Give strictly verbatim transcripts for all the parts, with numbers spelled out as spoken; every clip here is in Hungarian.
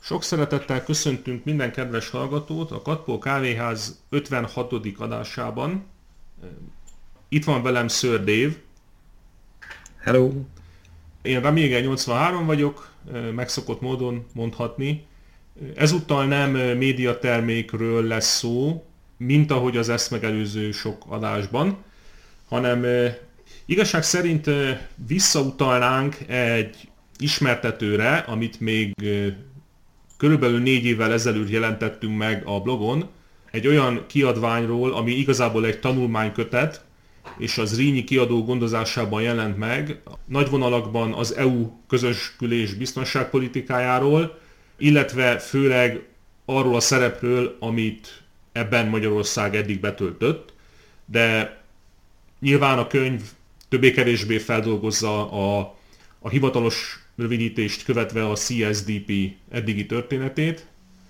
Sok szeretettel köszöntünk minden kedves hallgatót a Katpó Kávéház ötvenhatodik adásában. Itt van velem Sir Dave. Hello! Én Ramiger nyolcvanhárom vagyok, megszokott módon mondhatni. Ezúttal nem médiatermékről lesz szó, mint ahogy az ezt megelőző sok adásban, hanem igazság szerint visszautalnánk egy ismertetőre, amit még körülbelül négy évvel ezelőtt jelentettünk meg a blogon, egy olyan kiadványról, ami igazából egy tanulmánykötet, és az Zrínyi kiadó gondozásában jelent meg, nagy vonalakban az é u közös kül- és biztonságpolitikájáról, illetve főleg arról a szerepről, amit ebben Magyarország eddig betöltött, de nyilván a könyv többé-kevésbé feldolgozza a, a hivatalos rövidítést követve a cé es dé pé eddigi történetét.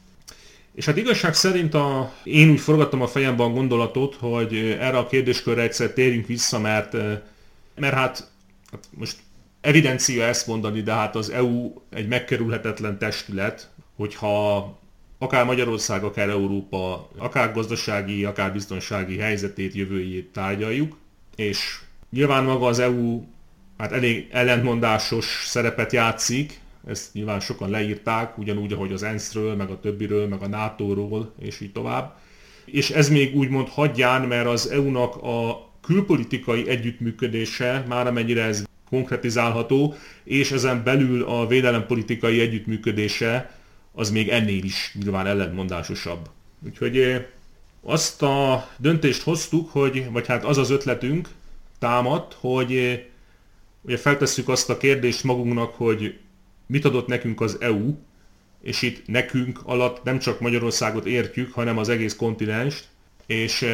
És hát igazság szerint a, én úgy forgattam a fejemben a gondolatot, hogy erre a kérdéskörre egyszer térjünk vissza, mert, mert hát, hát most evidencia ezt mondani, de hát az é u egy megkerülhetetlen testület, hogyha akár Magyarország, akár Európa, akár gazdasági, akár biztonsági helyzetét, jövőjét tárgyaljuk, és nyilván maga az é u hát elég ellentmondásos szerepet játszik, ezt nyilván sokan leírták, ugyanúgy, ahogy az ENSZ-ről, meg a többiről, meg a nátóról, és így tovább. És ez még úgymond hagyján, mert az é u-nak a külpolitikai együttműködése, már amennyire ez konkretizálható, és ezen belül a védelempolitikai együttműködése, az még ennél is nyilván ellentmondásosabb. Úgyhogy azt a döntést hoztuk, hogy, vagy hát az az ötletünk támadt, hogy ugye feltesszük azt a kérdést magunknak, hogy mit adott nekünk az é u, és itt nekünk alatt nem csak Magyarországot értjük, hanem az egész kontinenst, és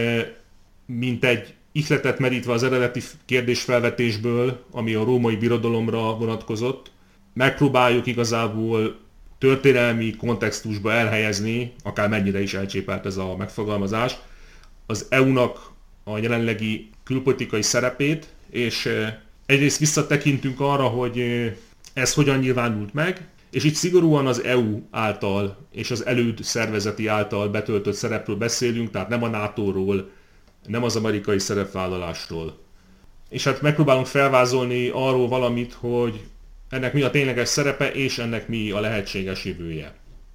mint egy ihletet merítve az eredeti kérdésfelvetésből, ami a római birodalomra vonatkozott, megpróbáljuk igazából történelmi kontextusba elhelyezni, akár mennyire is elcsépelt ez a megfogalmazás, az é u-nak a jelenlegi külpolitikai szerepét, és egyrészt visszatekintünk arra, hogy ez hogyan nyilvánult meg, és itt szigorúan az é u által és az előd szervezeti által betöltött szerepről beszélünk, tehát nem a nátóról, nem az amerikai szerepvállalásról. És hát megpróbálunk felvázolni arról valamit, hogy ennek mi a tényleges szerepe, és ennek mi a lehetséges jövője.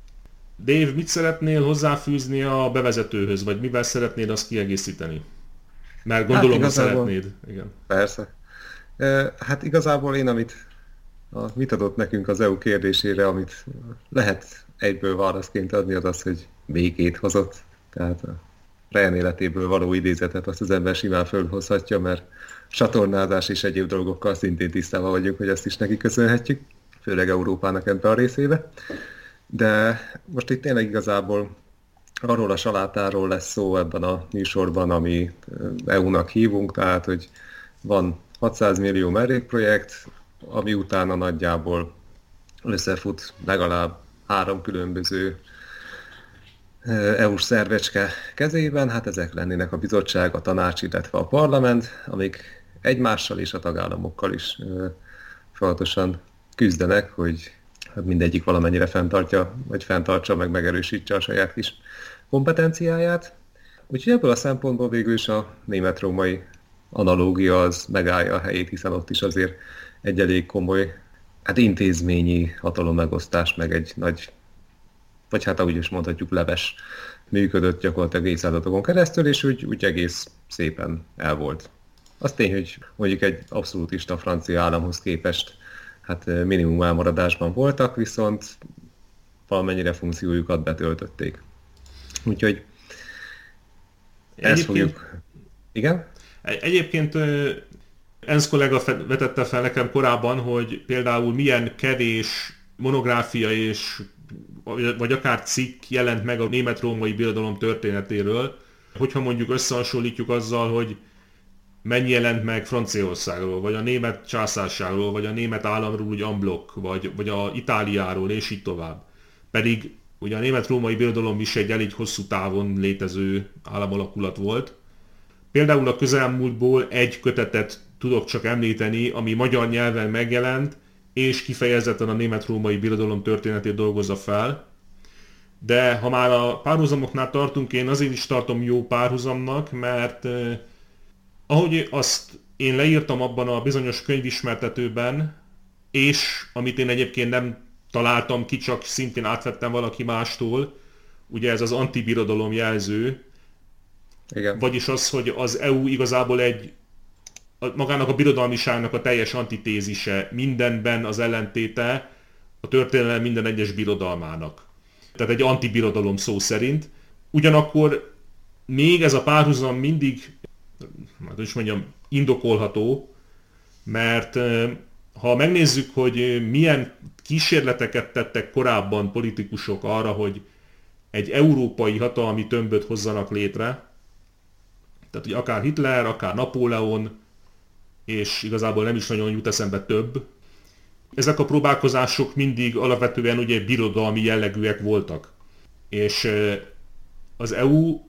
Dave, mit szeretnél hozzáfűzni a bevezetőhöz, vagy mivel szeretnéd azt kiegészíteni? Mert gondolom, hát hogy szeretnéd. Igen. Persze. Hát igazából én, amit a, mit adott nekünk az é u kérdésére, amit lehet egyből válaszként adni, az az, hogy békét hozott. Tehát a Ryan életéből való idézetet azt az ember simán fölhozhatja, mert satornázás és egyéb dolgokkal szintén tisztában vagyunk, hogy ezt is neki köszönhetjük, főleg Európának ebben a részébe. De most itt tényleg igazából arról a salátáról lesz szó ebben a műsorban, ami é u-nak hívunk, tehát hogy van hatszáz millió mellékprojekt, ami utána nagyjából összefut legalább három különböző é u-s szervecske kezében, hát ezek lennének a bizottság, a tanács, illetve a parlament, amik egymással és a tagállamokkal is folyamatosan küzdenek, hogy mindegyik valamennyire fenntartja, vagy fenntartsa, meg megerősítse a saját kis kompetenciáját. Úgyhogy ebből a szempontból végül is a német-római analógia az megállja a helyét, hiszen ott is azért egy elég komoly hát intézményi hatalommegosztás, meg egy nagy, vagy hát ahogy is mondhatjuk, leves működött gyakorlatilag évszázadokon keresztül, és úgy, úgy egész szépen el volt. Az tény, hogy mondjuk egy abszolútista francia államhoz képest hát minimum elmaradásban voltak, viszont valamennyire funkciójukat betöltötték. Úgyhogy ezt fogjuk... Igen? Egyébként Ensz kollega vetette fel nekem korábban, hogy például milyen kevés monográfia és vagy akár cikk jelent meg a német-római birodalom történetéről, hogyha mondjuk összehasonlítjuk azzal, hogy mennyi jelent meg Franciaországról, vagy a német császárságról, vagy a német államról úgy en bloc, vagy, vagy a Itáliáról, és így tovább. Pedig ugye a német-római birodalom is egy elég hosszú távon létező államalakulat volt. Például a közelmúltból egy kötetet tudok csak említeni, ami magyar nyelven megjelent, és kifejezetten a német-római birodalom történetét dolgozza fel. De ha már a párhuzamoknál tartunk, én azért is tartom jó párhuzamnak, mert eh, ahogy azt én leírtam abban a bizonyos könyvismertetőben, és amit én egyébként nem találtam ki, csak szintén átvettem valaki mástól, ugye ez az antibirodalom jelző, Igen. vagyis az, hogy az é u igazából egy magának a birodalmiságnak a teljes antitézise, mindenben az ellentéte a történelem minden egyes birodalmának. Tehát egy antibirodalom szó szerint. Ugyanakkor még ez a párhuzam mindig, hát is mondjam, indokolható, mert ha megnézzük, hogy milyen kísérleteket tettek korábban politikusok arra, hogy egy európai hatalmi tömböt hozzanak létre, tehát hogy akár Hitler, akár Napóleon, és igazából nem is nagyon jut eszembe több, ezek a próbálkozások mindig alapvetően ugye birodalmi jellegűek voltak. És az é u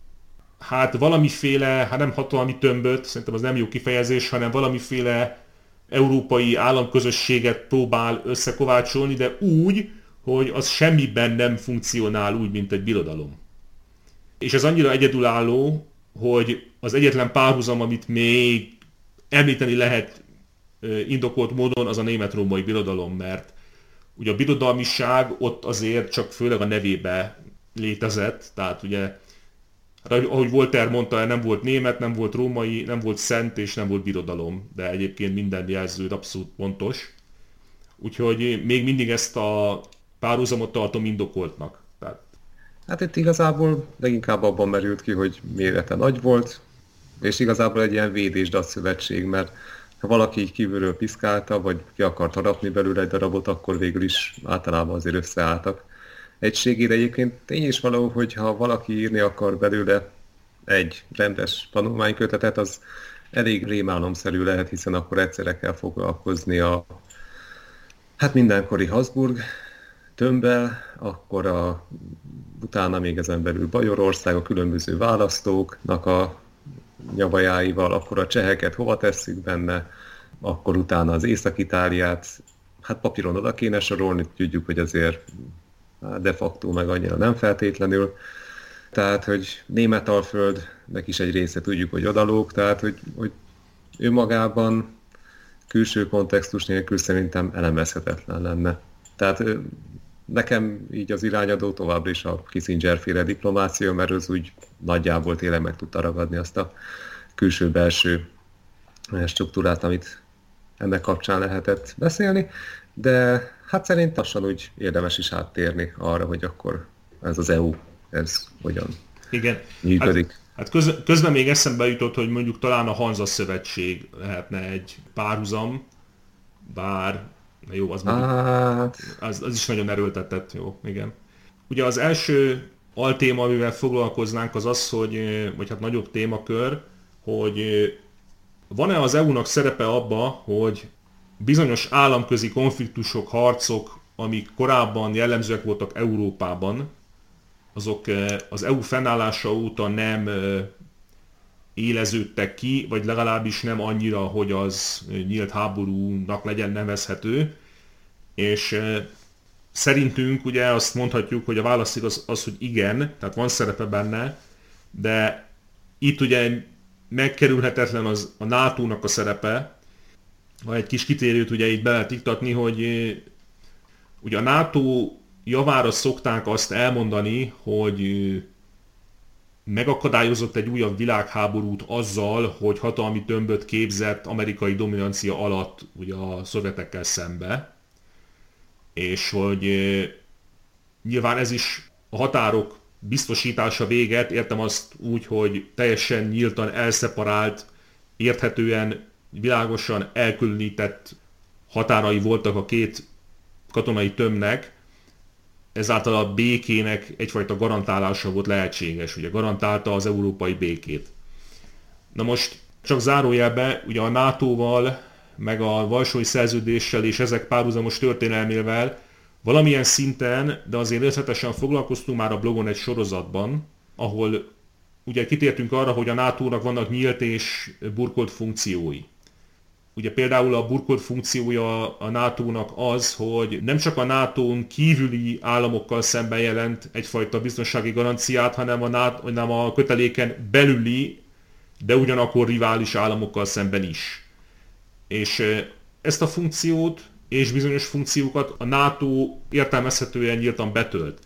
hát valamiféle, hát nem hatalmi tömböt, szerintem az nem jó kifejezés, hanem valamiféle európai államközösséget próbál összekovácsolni, de úgy, hogy az semmiben nem funkcionál úgy, mint egy birodalom. És ez annyira egyedülálló, hogy az egyetlen párhuzam, amit még említeni lehet indokolt módon, az a német-római birodalom, mert ugye a birodalmiság ott azért csak főleg a nevébe létezett, tehát ugye, ahogy Voltaire mondta, nem volt német, nem volt római, nem volt szent és nem volt birodalom, de egyébként minden jelző abszolút pontos. Úgyhogy még mindig ezt a párhuzamot tartom indokoltnak. Tehát... Hát itt igazából leginkább abban merült ki, hogy mérete nagy volt, és igazából egy ilyen védés-datszövetség, mert ha valaki így kívülről piszkálta, vagy ki akart harapni belőle egy darabot, akkor végül is általában azért összeálltak. Egységére egyébként tény is való, hogy ha valaki írni akar belőle egy rendes tanulmánykötetet, az elég rémálomszerű lehet, hiszen akkor egyszerre kell foglalkozni a hát mindenkori Habsburg tömbbel, akkor a, utána még ezen belül Bajorország, a különböző választóknak a nyavajáival, akkor a cseheket hova tesszük benne, akkor utána az Észak-Itáliát, hát papíron oda kéne sorolni, tudjuk, hogy azért de facto meg annyira nem feltétlenül. Tehát, hogy Németalföldnek is egy része tudjuk, hogy odalóg, tehát, hogy, hogy ő magában külső kontextus nélkül szerintem elemezhetetlen lenne. Tehát nekem így az irányadó továbbra is a Kissinger-féle diplomácia, mert az úgy nagyjából tényleg meg tudta ragadni azt a külső-belső struktúrát, amit ennek kapcsán lehetett beszélni, de hát szerintem lassan úgy érdemes is áttérni arra, hogy akkor ez az é u, ez hogyan Igen. működik. Hát, hát köz, közben még eszembe jutott, hogy mondjuk talán a Hanza Szövetség lehetne egy párhuzam, bár jó, az, mondjuk, hát... az, az is nagyon erőltetett, jó, igen. Ugye az első altéma, amivel foglalkoznánk, az az, hogy, vagy hát nagyobb témakör, hogy van-e az é u-nak szerepe abba, hogy bizonyos államközi konfliktusok, harcok, amik korábban jellemzőek voltak Európában, azok az é u fennállása óta nem éleződtek ki, vagy legalábbis nem annyira, hogy az nyílt háborúnak legyen nevezhető. És szerintünk ugye azt mondhatjuk, hogy a válasz az, az, hogy igen, tehát van szerepe benne, de itt ugye megkerülhetetlen az a nátónak a szerepe. Ha egy kis kitérőt ugye itt be lehet iktatni, hogy ugye a NATO javára szokták azt elmondani, hogy megakadályozott egy újabb világháborút azzal, hogy hatalmi tömböt képzett amerikai dominancia alatt ugye a szovjetekkel szembe, és hogy nyilván ez is a határok biztosítása véget, értem azt úgy, hogy teljesen nyíltan elszeparált, érthetően, világosan elkülönített határai voltak a két katonai tömbnek, ezáltal a békének egyfajta garantálása volt lehetséges, ugye garantálta az európai békét. Na most csak zárójelbe, ugye a nátóval, meg a Varsói Szerződéssel és ezek párhuzamos történelmével valamilyen szinten, de azért részletesen foglalkoztunk már a blogon egy sorozatban, ahol ugye kitértünk arra, hogy a nátónak vannak nyílt és burkolt funkciói. Ugye például a burkolt funkciója a nátónak az, hogy nem csak a nátón kívüli államokkal szemben jelent egyfajta biztonsági garanciát, hanem a, NATO, hanem a köteléken belüli, de ugyanakkor rivális államokkal szemben is. És ezt a funkciót és bizonyos funkciókat a NATO értelmezhetően nyíltan betölt.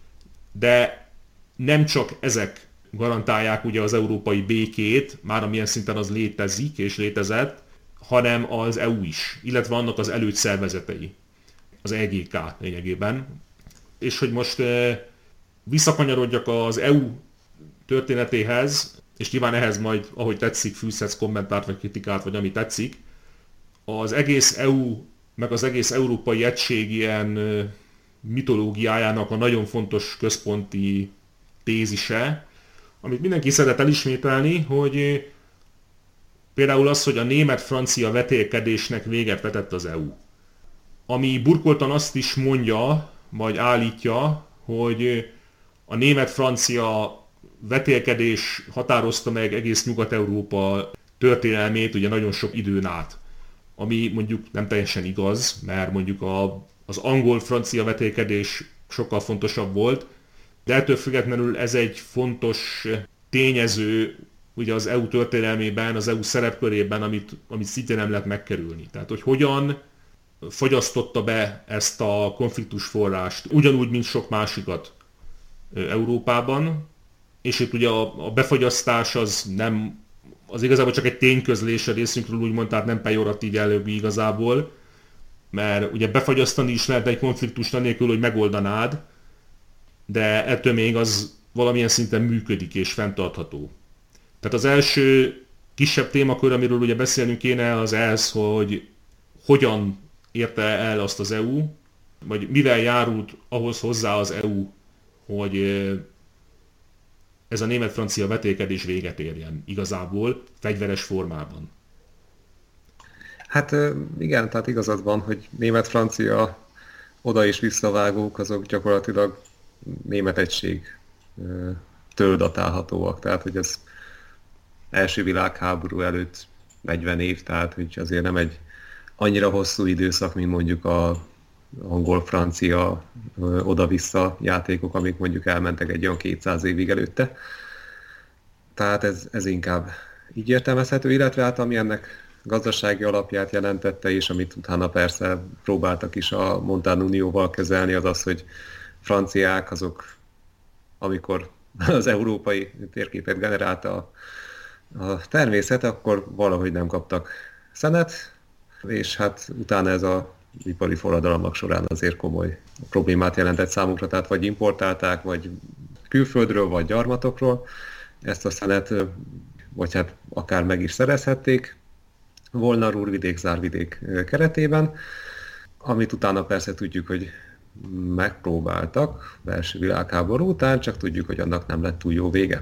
De nem csak ezek garantálják ugye az európai békét, már amilyen szinten az létezik és létezett, hanem az é u is, illetve annak az előszervezetei, az é gé ká lényegében. És hogy most visszakanyarodjak az é u történetéhez, és nyilván ehhez majd, ahogy tetszik, fűzhetsz kommentárt vagy kritikát, vagy ami tetszik, az egész é u, meg az egész európai egység ilyen mitológiájának a nagyon fontos központi tézise, amit mindenki szeret elismételni, hogy például az, hogy a német-francia vetélkedésnek véget vetett az é u. Ami burkoltan azt is mondja, vagy állítja, hogy a német-francia vetélkedés határozta meg egész Nyugat-Európa történelmét ugye nagyon sok időn át. Ami mondjuk nem teljesen igaz, mert mondjuk a, az angol-francia vetélkedés sokkal fontosabb volt, de ettől függetlenül ez egy fontos tényező ugye az é u történelmében, az é u szerepkörében, amit, amit szintén nem lehet megkerülni. Tehát, hogy hogyan fogyasztotta be ezt a konfliktusforrást, ugyanúgy, mint sok másikat Európában, és itt ugye a, a befagyasztás az nem, az igazából csak egy tényközlés a részünkről, úgymond, tehát nem pejoratív jellegű igazából, mert ugye befagyasztani is lehet egy konfliktust anélkül, hogy megoldanád, de ettől még az valamilyen szinten működik és fenntartható. Tehát az első kisebb témakör, amiről ugye beszélnünk kéne, az ez, hogy hogyan érte el azt az é u, vagy mivel járult ahhoz hozzá az é u, hogy ez a német-francia vetélkedés véget érjen igazából fegyveres formában. Hát igen, tehát igazad van, hogy német-francia oda- és visszavágók azok gyakorlatilag német egység től datálhatóak, tehát hogy ez első világháború előtt negyven év, tehát hogy azért nem egy annyira hosszú időszak, mint mondjuk a angol-francia oda-vissza játékok, amik mondjuk elmentek egy olyan kétszáz évig előtte. Tehát ez, ez inkább így értelmezhető, illetve hát ami ennek gazdasági alapját jelentette, és amit utána persze próbáltak is a Montán Unióval kezelni, az az, hogy franciák azok, amikor az európai térképet generálta a természet, akkor valahogy nem kaptak szenet, és hát utána ez a ipari forradalmak során azért komoly problémát jelentett számukra, tehát vagy importálták, vagy külföldről, vagy gyarmatokról ezt a szenet, vagy hát akár meg is szerezhették volna Ruhrvidék, Zárvidék keretében, amit utána persze tudjuk, hogy megpróbáltak belső világháború után, csak tudjuk, hogy annak nem lett túl jó vége.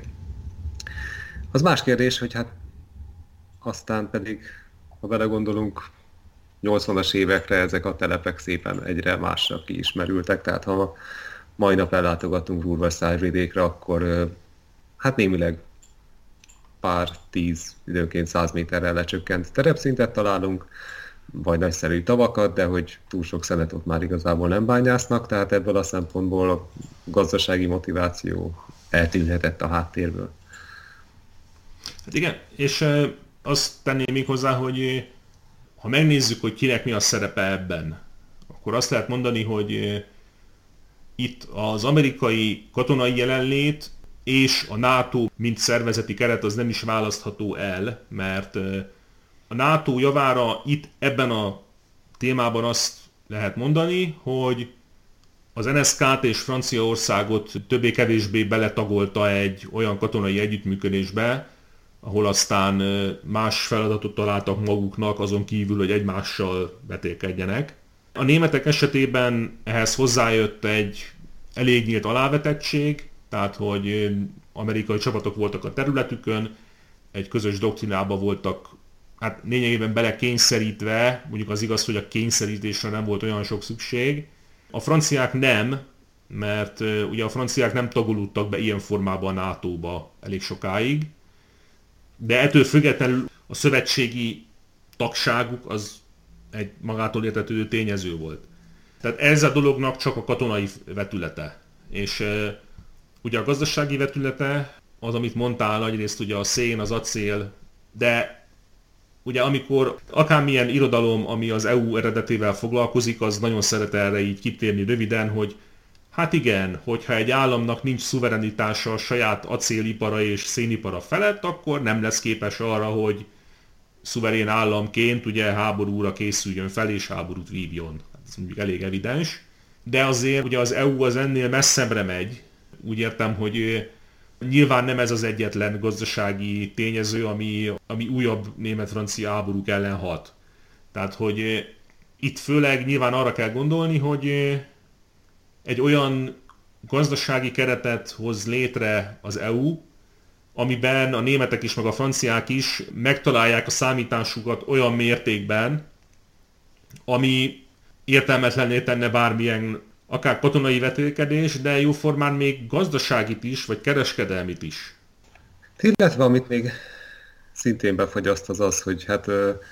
Az más kérdés, hogy hát aztán pedig, ha belegondolunk, nyolcvanas évekre ezek a telepek szépen egyre másra kiismerültek, tehát ha mai nap ellátogatunk Ruhr-Zárvidékre, akkor hát némileg pár tíz, időnként száz méterrel lecsökkent terepszintet találunk, vagy nagyszerű tavakat, de hogy túl sok szenet ott már igazából nem bányásznak, tehát ebből a szempontból a gazdasági motiváció eltűnhetett a háttérből. Hát igen, és azt tenném még hozzá, hogy ha megnézzük, hogy kinek mi a szerepe ebben, akkor azt lehet mondani, hogy itt az amerikai katonai jelenlét és a NATO mint szervezeti keret az nem is választható el, mert a NATO javára itt ebben a témában azt lehet mondani, hogy az en es ká-t és Franciaországot többé-kevésbé beletagolta egy olyan katonai együttműködésbe, ahol aztán más feladatot találtak maguknak, azon kívül, hogy egymással vetélkedjenek. A németek esetében ehhez hozzájött egy elég nyílt alávetettség, tehát hogy amerikai csapatok voltak a területükön, egy közös doktrinába voltak hát lényegében belekényszerítve, mondjuk az igaz, hogy a kényszerítésre nem volt olyan sok szükség. A franciák nem, mert ugye a franciák nem tagolódtak be ilyen formában a nátóba elég sokáig, de ettől függetlenül a szövetségi tagságuk az egy magától értetődő tényező volt. Tehát ez a dolognak csak a katonai vetülete. És e, ugye a gazdasági vetülete az, amit mondtál, egyrészt ugye a szén, az acél, de ugye amikor akármilyen irodalom, ami az é u eredetével foglalkozik, az nagyon szeret erre így kitérni röviden, hogy hát igen, hogyha egy államnak nincs szuverenitása a saját acélipara és szénipara felett, akkor nem lesz képes arra, hogy szuverén államként ugye háborúra készüljön fel és háborút vívjon. Ez mondjuk elég evidens. De azért ugye az é u az ennél messzebbre megy. Úgy értem, hogy nyilván nem ez az egyetlen gazdasági tényező, ami, ami újabb német-francia háborúk ellen hat. Tehát, hogy itt főleg nyilván arra kell gondolni, hogy egy olyan gazdasági keretet hoz létre az é u, amiben a németek is, meg a franciák is megtalálják a számításukat olyan mértékben, ami értelmetlenné tenne bármilyen akár katonai vetélkedés, de jóformán még gazdaságit is, vagy kereskedelmit is. Illetve amit még szintén befagyaszt az az, hogy hát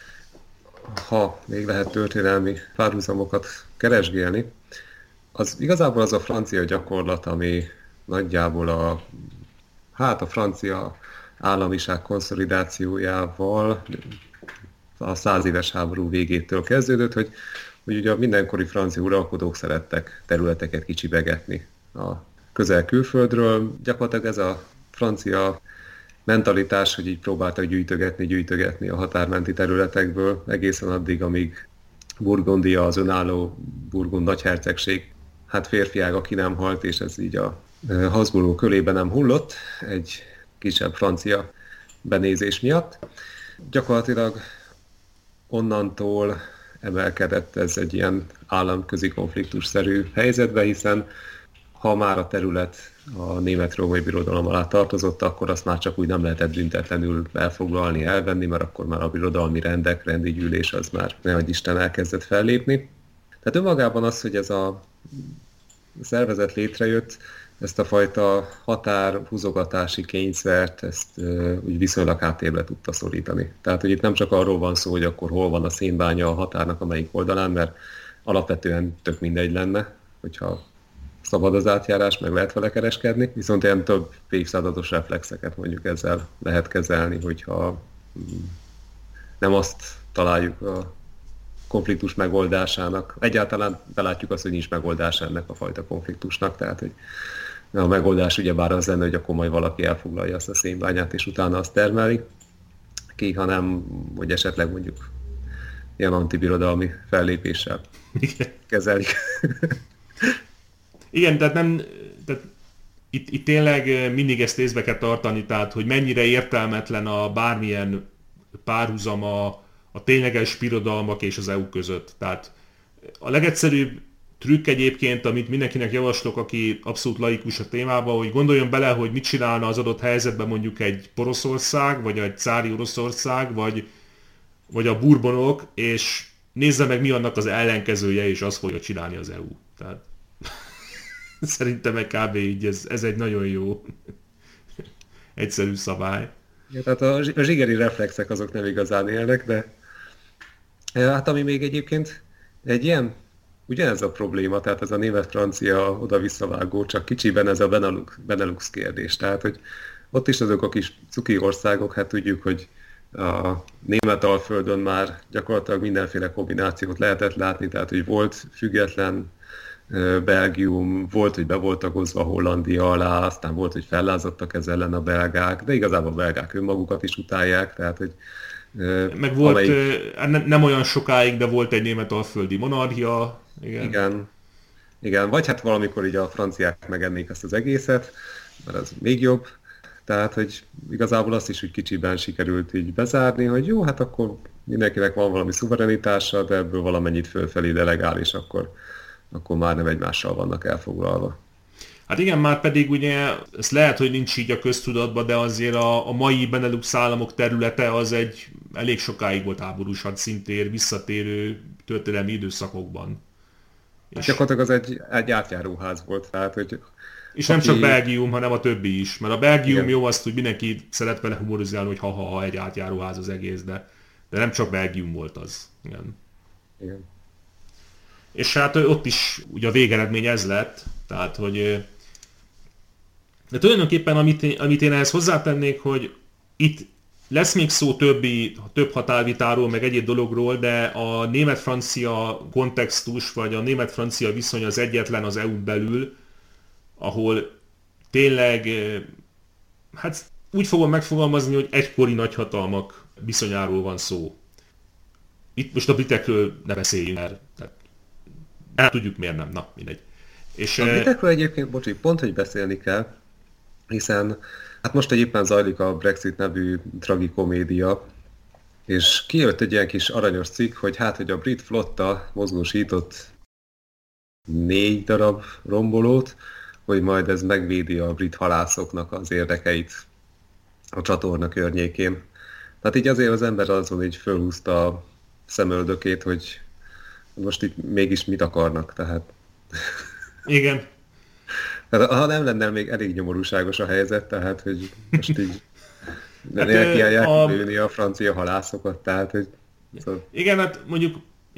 ha még lehet történelmi párhuzamokat keresgélni, az igazából az a francia gyakorlat, ami nagyjából a, hát a francia államiság konszolidációjával a százéves háború végétől kezdődött, hogy, hogy ugye a mindenkori francia uralkodók szerettek területeket kicsibegetni a közel külföldről. Gyakorlatilag ez a francia mentalitás, hogy így próbáltak gyűjtögetni, gyűjtögetni a határmenti területekből egészen addig, amíg Burgundia, az önálló Burgund nagyhercegség, hát férfiága ki nem halt, és ez így a Habsburgok kölében nem hullott, egy kisebb francia benézés miatt. Gyakorlatilag onnantól emelkedett ez egy ilyen államközi konfliktusszerű helyzetbe, hiszen ha már a terület a német-római birodalom alá tartozott, akkor azt már csak úgy nem lehetett büntetlenül elfoglalni, elvenni, mert akkor már a birodalmi rendek, rendi gyűlés az már nehogy Isten elkezdett fellépni. Tehát önmagában az, hogy ez a szervezet létrejött, ezt a fajta határhúzogatási kényszert, ezt uh, úgy viszonylag háttérbe tudta szorítani. Tehát, hogy itt nem csak arról van szó, hogy akkor hol van a szénbánya a határnak a melyik oldalán, mert alapvetően tök mindegy lenne, hogyha szabad az átjárás, meg lehet vele kereskedni, viszont ilyen több évszázados reflexeket mondjuk ezzel lehet kezelni, hogyha nem azt találjuk a konfliktus megoldásának. Egyáltalán belátjuk azt, hogy nincs megoldás ennek a fajta konfliktusnak, tehát hogy a megoldás ugyebár az lenne, hogy akkor majd valaki elfoglalja azt a szénbányát, és utána azt termeli ki, hanem hogy esetleg mondjuk ilyen antibirodalmi fellépéssel kezelik. Igen, tehát nem, tehát itt, itt tényleg mindig ezt észbe kell tartani, tehát hogy mennyire értelmetlen a bármilyen párhuzam a, a tényleges birodalmak és az é u között. Tehát a legegyszerűbb trükk egyébként, amit mindenkinek javaslok, aki abszolút laikus a témában, hogy gondoljon bele, hogy mit csinálna az adott helyzetben mondjuk egy Poroszország, vagy egy cári Oroszország, vagy, vagy a Bourbonok, és nézze meg, mi annak az ellenkezője, és azt fogja csinálni az é u. Tehát szerintem meg kb. Így ez, ez egy nagyon jó egyszerű szabály. Ja, tehát a, a zsigeri reflexek azok nem igazán élnek, de hát ami még egyébként egy ilyen, ugyanez a probléma, tehát ez a német-francia oda-visszavágó, csak kicsiben ez a Benelux, Benelux kérdés. Tehát, hogy ott is azok a kis cuki országok, hát tudjuk, hogy a Németalföldön már gyakorlatilag mindenféle kombinációt lehetett látni, tehát, hogy volt független Belgium, volt, hogy be volt tagozva Hollandia alá, aztán volt, hogy fellázadtak ez ellen a belgák, de igazából a belgák önmagukat is utálják, tehát, hogy meg volt, amelyik... ne, nem olyan sokáig, de volt egy németalföldi monarchia. Igen. igen. Igen, vagy hát valamikor így a franciák megennék ezt az egészet, mert az még jobb. Tehát, hogy igazából azt is úgy kicsiben sikerült így bezárni, hogy jó, hát akkor mindenkinek van valami szuverenitása, de ebből valamennyit fölfelé delegál, és akkor, akkor már nem egymással vannak elfoglalva. Hát igen, már pedig ugye, ez lehet, hogy nincs így a köztudatban, de azért a, a mai Benelux államok területe az egy elég sokáig volt háborús hadszintér, visszatérő történelmi időszakokban. És gyakorlatilag az egy, egy átjáróház volt, tehát, hogy... És nem aki... csak Belgium, hanem a többi is. Mert a Belgium igen. Jó, azt, hogy mindenki szeret vele humorizálni, hogy ha-ha-ha egy átjáróház az egész, de, De nem csak Belgium volt az. Igen. Igen. És hát ott is ugye a végeredmény ez lett, tehát hogy... De tulajdonképpen amit, amit én ehhez hozzátennék, hogy itt lesz még szó többi, több határvitáról, meg egyéb dologról, de a német-francia kontextus, vagy a német-francia viszony az egyetlen az é u-n belül, ahol tényleg, hát úgy fogom megfogalmazni, hogy egykori nagyhatalmak viszonyáról van szó. Itt most a britekről ne beszéljünk, mert el tudjuk miért nem, na mindegy. És a britekről egyébként, bocsi, pont, hogy beszélni kell, hiszen hát most éppen zajlik a Brexit nevű tragikomédia, és kijött egy ilyen kis aranyos cikk, hogy hát, hogy a brit flotta mozgósított négy darab rombolót, hogy majd ez megvédi a brit halászoknak az érdekeit a csatorna környékén. Tehát így azért az ember azon így fölhúzta a szemöldökét, hogy most itt mégis mit akarnak, tehát... Igen. Tehát, ha nem lenne még elég nyomorúságos a helyzet, tehát, hogy most így hát, nekiállják a... lőni a francia halászokat, tehát, hogy... Szóval... Igen, hát mondjuk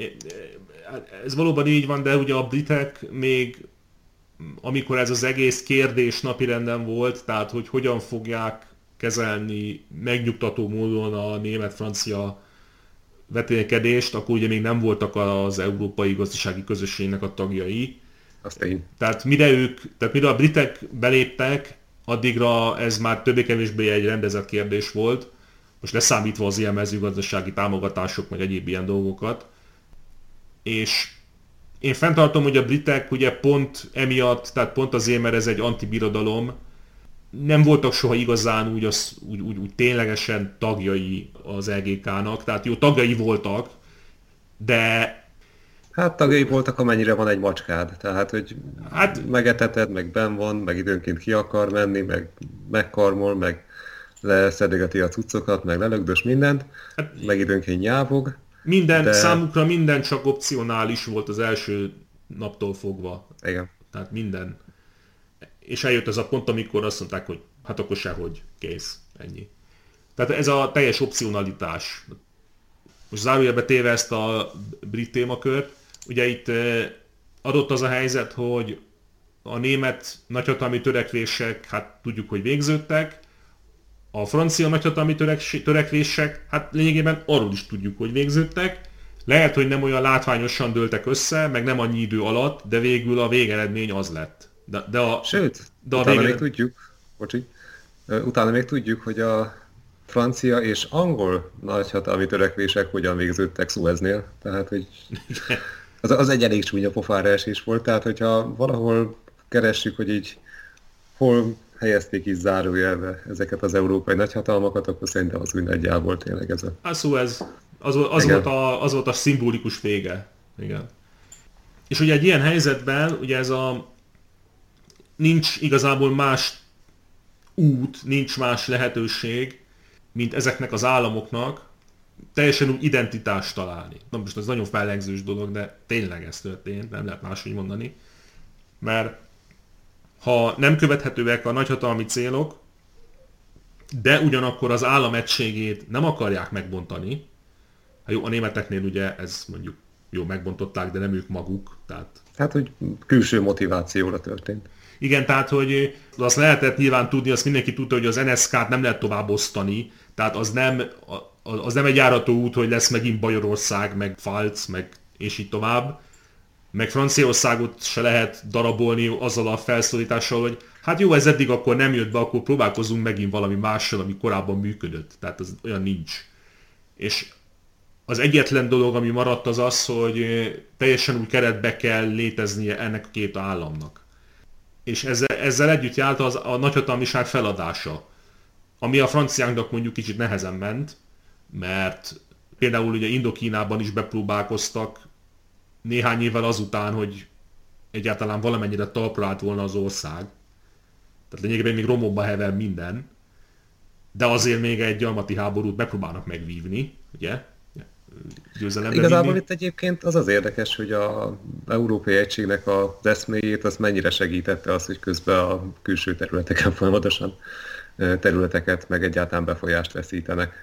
ez valóban így van, de ugye a britek még, amikor ez az egész kérdés napirenden volt, tehát, hogy hogyan fogják kezelni megnyugtató módon a német-francia vetélkedést, akkor ugye még nem voltak az Európai Gazdasági Közösségnek a tagjai. Azt én. Tehát mire ők, tehát mire a britek beléptek, addigra ez már többé-kevésbé egy rendezett kérdés volt, most leszámítva az ilyen mezőgazdasági támogatások, meg egyéb ilyen dolgokat. És én fenntartom, hogy a britek ugye pont emiatt, tehát pont azért, mert ez egy antibirodalom, nem voltak soha igazán úgy, az, úgy, úgy, úgy ténylegesen tagjai az é gé ká-nak, tehát jó, tagjai voltak, de... Hát tagjai voltak, amennyire van egy macskád, tehát hogy hát... megeteted, meg benn van, meg időnként ki akar menni, meg megkarmol, meg leszedegeti a cuccokat, meg lelögdös mindent, hát... meg időnként nyávog. Minden, de... számukra minden csak opcionális volt az első naptól fogva. Igen. Tehát minden. És eljött ez a pont, amikor azt mondták, hogy hát akkor sehogy, kész, ennyi. Tehát ez a teljes opcionalitás. Most zárójelbe téve ezt a brit témakört, ugye itt adott az a helyzet, hogy a német nagyhatalmi törekvések, hát tudjuk, hogy végződtek, a francia nagyhatalmi törekvések, hát lényegében arról is tudjuk, hogy végződtek, lehet, hogy nem olyan látványosan dőltek össze, meg nem annyi idő alatt, de végül a végeredmény az lett. De, de a, Sőt, de a utána végered... még tudjuk, bocsi, utána még tudjuk, hogy a francia és angol nagyhatalmi törekvések hogyan végződtek Sueznél, tehát hogy az, az egy elég csúnya pofára esés volt, tehát hogyha valahol keressük, hogy így hol helyezték is zárójelbe ezeket az európai nagyhatalmakat, akkor szerintem az úgy nagyjából tényleg ez a... A Suez, az, az, volt a, az volt a szimbolikus vége. Igen. És ugye egy ilyen helyzetben, ugye ez a nincs igazából más út, nincs más lehetőség, mint ezeknek az államoknak teljesen új identitást találni. Na most ez nagyon fellengzős dolog, de tényleg ez történt, nem lehet máshogy mondani. Mert ha nem követhetőek a nagyhatalmi célok, de ugyanakkor az állam egységét nem akarják megbontani, hát jó, a németeknél ugye ez mondjuk jó, megbontották, de nem ők maguk. Tehát... Hát, hogy külső motivációra történt. Igen, tehát, hogy azt lehetett nyilván tudni, azt mindenki tudta, hogy az en es ká-t nem lehet tovább osztani, tehát az nem, az nem egy járató út, hogy lesz megint Bajorország, meg Pfalz, meg és így tovább. Meg Franciaországot se lehet darabolni azzal a felszólítással, hogy hát jó, ez eddig akkor nem jött be, akkor próbálkozunk megint valami mással, ami korábban működött. Tehát az olyan nincs. És az egyetlen dolog, ami maradt, az az, hogy teljesen új keretbe kell léteznie ennek a két államnak. És ezzel, ezzel együtt járt az a nagyhatalmiság feladása, ami a franciáknak mondjuk kicsit nehezen ment, mert például ugye Indokínában is bepróbálkoztak néhány évvel azután, hogy egyáltalán valamennyire talpra állt volna az ország. Tehát lényegében még romokba hever minden, de azért még egy gyarmati háborút megpróbálnak megvívni, ugye? Győzelemre Igazából vinni. Itt egyébként az az érdekes, hogy az Európai Egységnek az eszméjét az mennyire segítette az, hogy közben a külső területeken folyamatosan területeket meg egyáltalán befolyást veszítenek.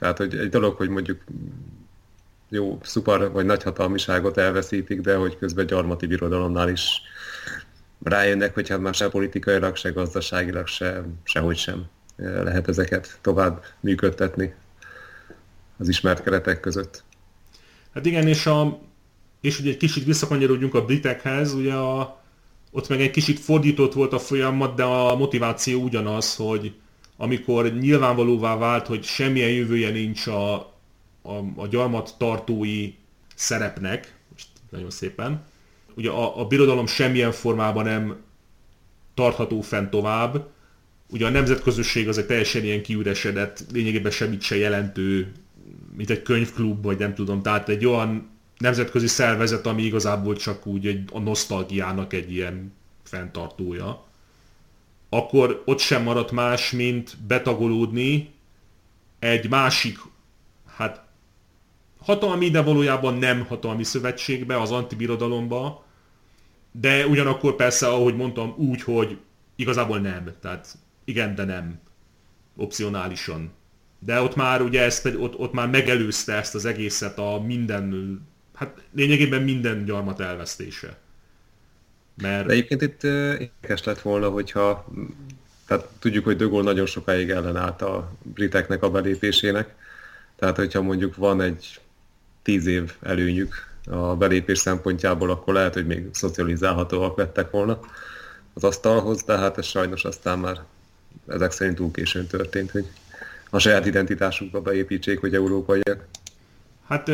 Tehát, hogy egy dolog, hogy mondjuk jó, szuper vagy nagyhatalmiságot elveszítik, de hogy közben gyarmati birodalomnál is rájönnek, hogy hát már se politikailag, se gazdaságilag, se, sehogy sem lehet ezeket tovább működtetni az ismert keretek között. Hát igen, és, a, és ugye egy kicsit visszakanyarodjunk a britekhez, ugye a, ott meg egy kicsit fordított volt a folyamat, de a motiváció ugyanaz, hogy amikor nyilvánvalóvá vált, hogy semmilyen jövője nincs a, a, a gyarmat tartói szerepnek, most nagyon szépen, ugye a, a birodalom semmilyen formában nem tartható fenn tovább, ugye a nemzetközösség az egy teljesen ilyen kiüresedett, lényegében semmit se jelentő, mint egy könyvklub, vagy nem tudom, tehát egy olyan nemzetközi szervezet, ami igazából csak úgy egy, a nosztalgiának egy ilyen fenntartója, akkor ott sem maradt más, mint betagolódni egy másik, hát hatalmi, de valójában nem hatalmi szövetségbe, az antibirodalomba, de ugyanakkor persze, ahogy mondtam, úgy, hogy igazából nem, tehát igen, de nem, opcionálisan. De ott már ugye ezt, ott, ott már megelőzte ezt az egészet a minden, hát lényegében minden gyarmat elvesztése. Mert... De egyébként itt érdekes lett volna, hogyha, tehát tudjuk, hogy de Gaulle nagyon sokáig ellenállt a briteknek a belépésének, tehát hogyha mondjuk van egy tíz év előnyük a belépés szempontjából, akkor lehet, hogy még szocializálhatóak lettek volna az asztalhoz, de hát ez sajnos aztán már ezek szerint túl későn történt, hogy a saját identitásukba beépítsék, hogy európaiak. Hát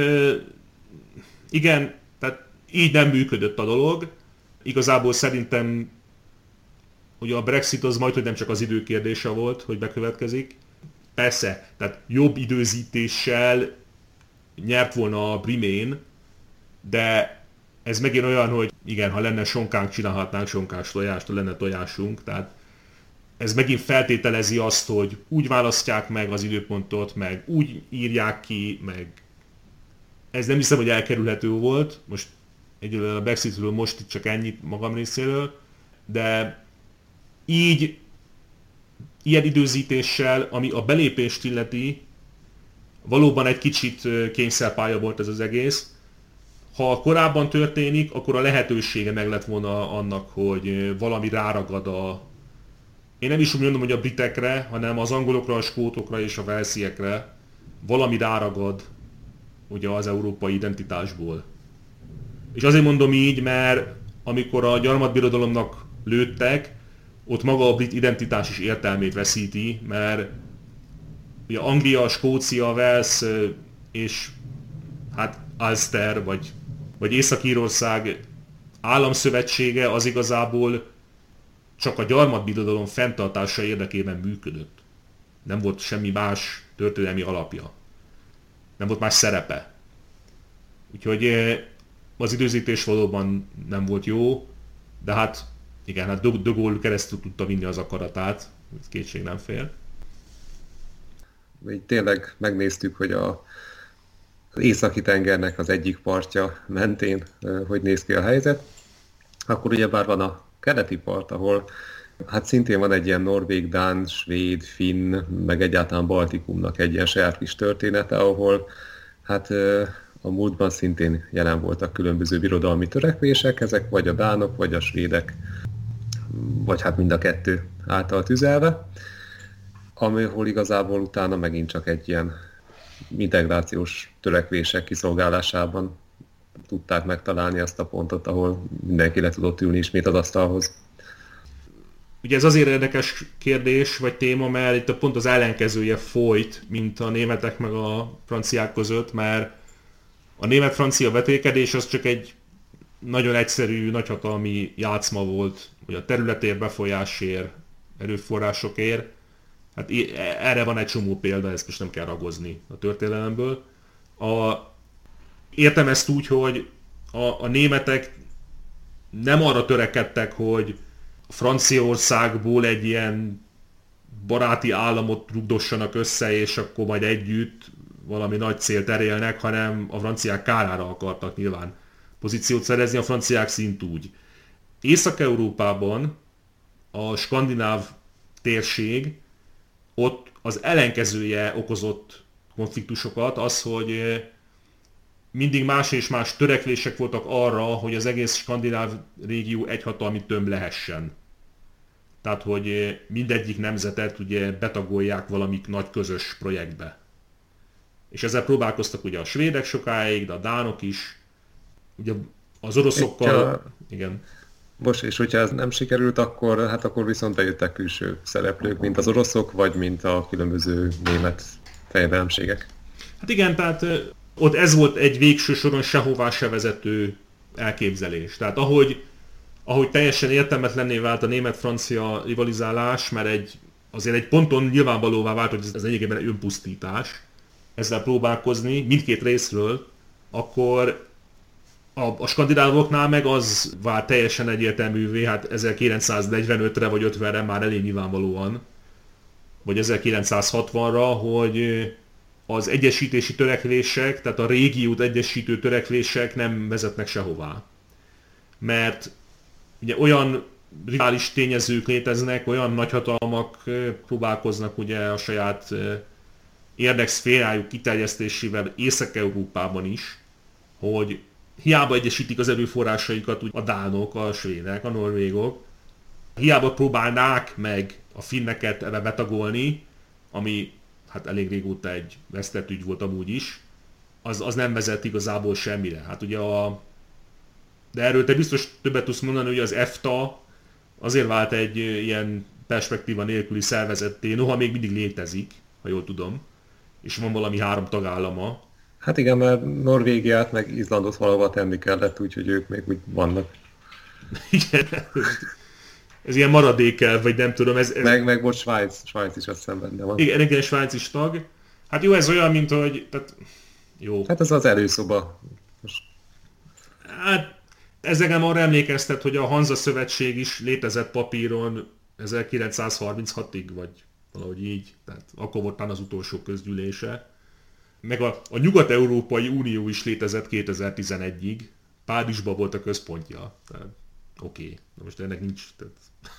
igen, tehát így nem működött a dolog. Igazából szerintem ugye a Brexit az majd, hogy nem csak az idő kérdése volt, hogy bekövetkezik. Persze, tehát jobb időzítéssel nyert volna a Remain, de ez megint olyan, hogy igen, ha lenne sonkánk, csinálhatnánk sonkás tojást, ha lenne tojásunk, tehát ez megint feltételezi azt, hogy úgy választják meg az időpontot, meg úgy írják ki, meg ez nem hiszem, hogy elkerülhető volt. Most egyelőre a Brexitről most itt csak ennyit magam részéről, de így ilyen időzítéssel, ami a belépést illeti, valóban egy kicsit kényszerpálya volt ez az egész. Ha korábban történik, akkor a lehetősége meg lett volna annak, hogy valami ráragad a... Én nem is úgy mondom, hogy a britekre, hanem az angolokra, a skótokra és a walesiekre valami ráragad ugye az európai identitásból. És azért mondom így, mert amikor a gyarmatbirodalomnak lőttek, ott maga a brit identitás is értelmét veszíti, mert ugye Anglia, Skócia, Wales és hát Ulster vagy, vagy Észak-Írország államszövetsége az igazából csak a gyarmatbirodalom fenntartása érdekében működött. Nem volt semmi más történelmi alapja. Nem volt más szerepe. Úgyhogy az időzítés valóban nem volt jó, de hát igen, hát de Gaulle keresztül tudta vinni az akaratát, kétség nem fér. Így tényleg megnéztük, hogy a az északi tengernek az egyik partja mentén hogy néz ki a helyzet. Akkor ugyebár van a keleti part, ahol hát szintén van egy ilyen norvég, dán, svéd, finn, meg egyáltalán Baltikumnak egy ilyen saját kis története, ahol hát a múltban szintén jelen voltak különböző birodalmi törekvések, ezek vagy a dánok, vagy a svédek, vagy hát mind a kettő által tüzelve, amihol igazából utána megint csak egy ilyen integrációs törekvések kiszolgálásában tudták megtalálni azt a pontot, ahol mindenki le tudott ülni ismét az asztalhoz. Ugye ez azért érdekes kérdés, vagy téma, mert itt pont az ellenkezője folyt, mint a németek meg a franciák között, mert a német-francia vetékedés az csak egy nagyon egyszerű, nagyhatalmi játszma volt, hogy a területért, befolyásért, erőforrásokért. Hát erre van egy csomó példa, ezt most nem kell ragozni a történelemből. A, értem ezt úgy, hogy a, a németek nem arra törekedtek, hogy Franciaországból egy ilyen baráti államot rugdossanak össze, és akkor majd együtt valami nagy célt elérnek, hanem a franciák kárára akartak nyilván pozíciót szerezni, a franciák szint úgy. Észak-Európában a skandináv térség, ott az ellenkezője okozott konfliktusokat, az, hogy mindig más és más törekvések voltak arra, hogy az egész skandináv régió egyhatalmi tömb lehessen. Tehát, hogy mindegyik nemzetet ugye betagolják valami nagy közös projektbe. És ezzel próbálkoztak ugye a svédek sokáig, de a dánok is. Ugye az oroszokkal... A... Igen. Most, és hogyha ez nem sikerült, akkor, hát akkor viszont bejöttek külső szereplők, mint az oroszok, vagy mint a különböző német fejedelemségek. Hát igen, tehát ott ez volt egy végső soron sehová se vezető elképzelés. Tehát ahogy, ahogy teljesen értelmetlenné vált a német-francia rivalizálás, mert egy, azért egy ponton nyilvánvalóvá vált, hogy ez egyébként egy önpusztítás, ezzel próbálkozni mindkét részről, akkor a, a skandinávoknál meg az vált teljesen egyértelművé, hát ezerkilencszáznegyvenötre vagy ötvenre már elég nyilvánvalóan, vagy ezerkilencszázhatvanra, hogy az egyesítési törekvések, tehát a régiót egyesítő törekvések nem vezetnek sehová. Mert ugye olyan rivális tényezők léteznek, olyan nagyhatalmak próbálkoznak ugye a saját érdekszférájuk kiterjesztésével Észak-Európában is, hogy hiába egyesítik az erőforrásaikat a dánok, a svédek, a norvégok, hiába próbálnák meg a finneket ebbe betagolni, ami hát elég régóta egy vesztett ügy volt amúgy is, az, az nem vezet igazából semmire. Hát ugye a... De erről te biztos többet tudsz mondani, hogy az e f té á azért vált egy ilyen perspektíva nélküli szervezetté, noha még mindig létezik, ha jól tudom, és van valami három tagállama. Hát igen, mert Norvégiát meg Izlandot valahova tenni kellett, úgyhogy ők még úgy vannak. Igen, ez ilyen maradékel, vagy nem tudom. Ez, ez... Meg, meg most Svájc, Svájc is azt hiszem benne van. Igen, igen, Svájc is tag. Hát jó, ez olyan, mint hogy... Tehát... Jó. Hát ez az előszoba. Most... Hát ez engem arra emlékeztet, hogy a Hanza Szövetség is létezett papíron ezerkilencszázharminchatig, vagy valahogy így. Tehát akkor volt már az utolsó közgyűlése. Meg a, a Nyugat-Európai Unió is létezett kétezer-tizenegyig. Párizsban volt a központja. Tehát oké, okay. De most ennek nincs... Tehát...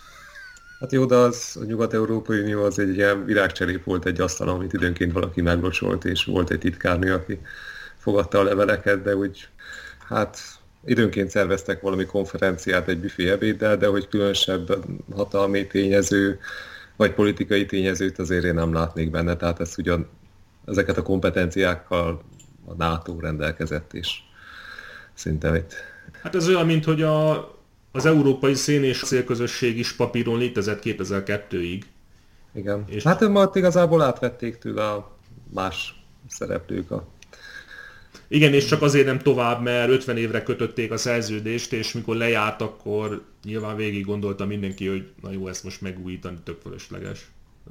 Hát jó, de az, a Nyugat-Európai Unió az egy ilyen virágcserép volt egy asztalon, amit időnként valaki meglocsolt, és volt egy titkárnő, aki fogadta a leveleket, de úgy, hát időnként szerveztek valami konferenciát egy büfé ebéddel, de hogy különösebb hatalmi tényező, vagy politikai tényezőt azért én nem látnék benne, tehát ezt ugyan ezeket a kompetenciákkal a NATO rendelkezett, és szinte itt... Hát ez olyan, mint hogy a, az Európai Szén és Acélközösség is papíron létezett kétezer-kettőig. Igen. És... Hát ma igazából átvették tőle a más szereplők a... Igen, és csak azért nem tovább, mert ötven évre kötötték a szerződést, és mikor lejárt, akkor nyilván végig gondolta mindenki, hogy na jó, ezt most megújítani tök fölösleges.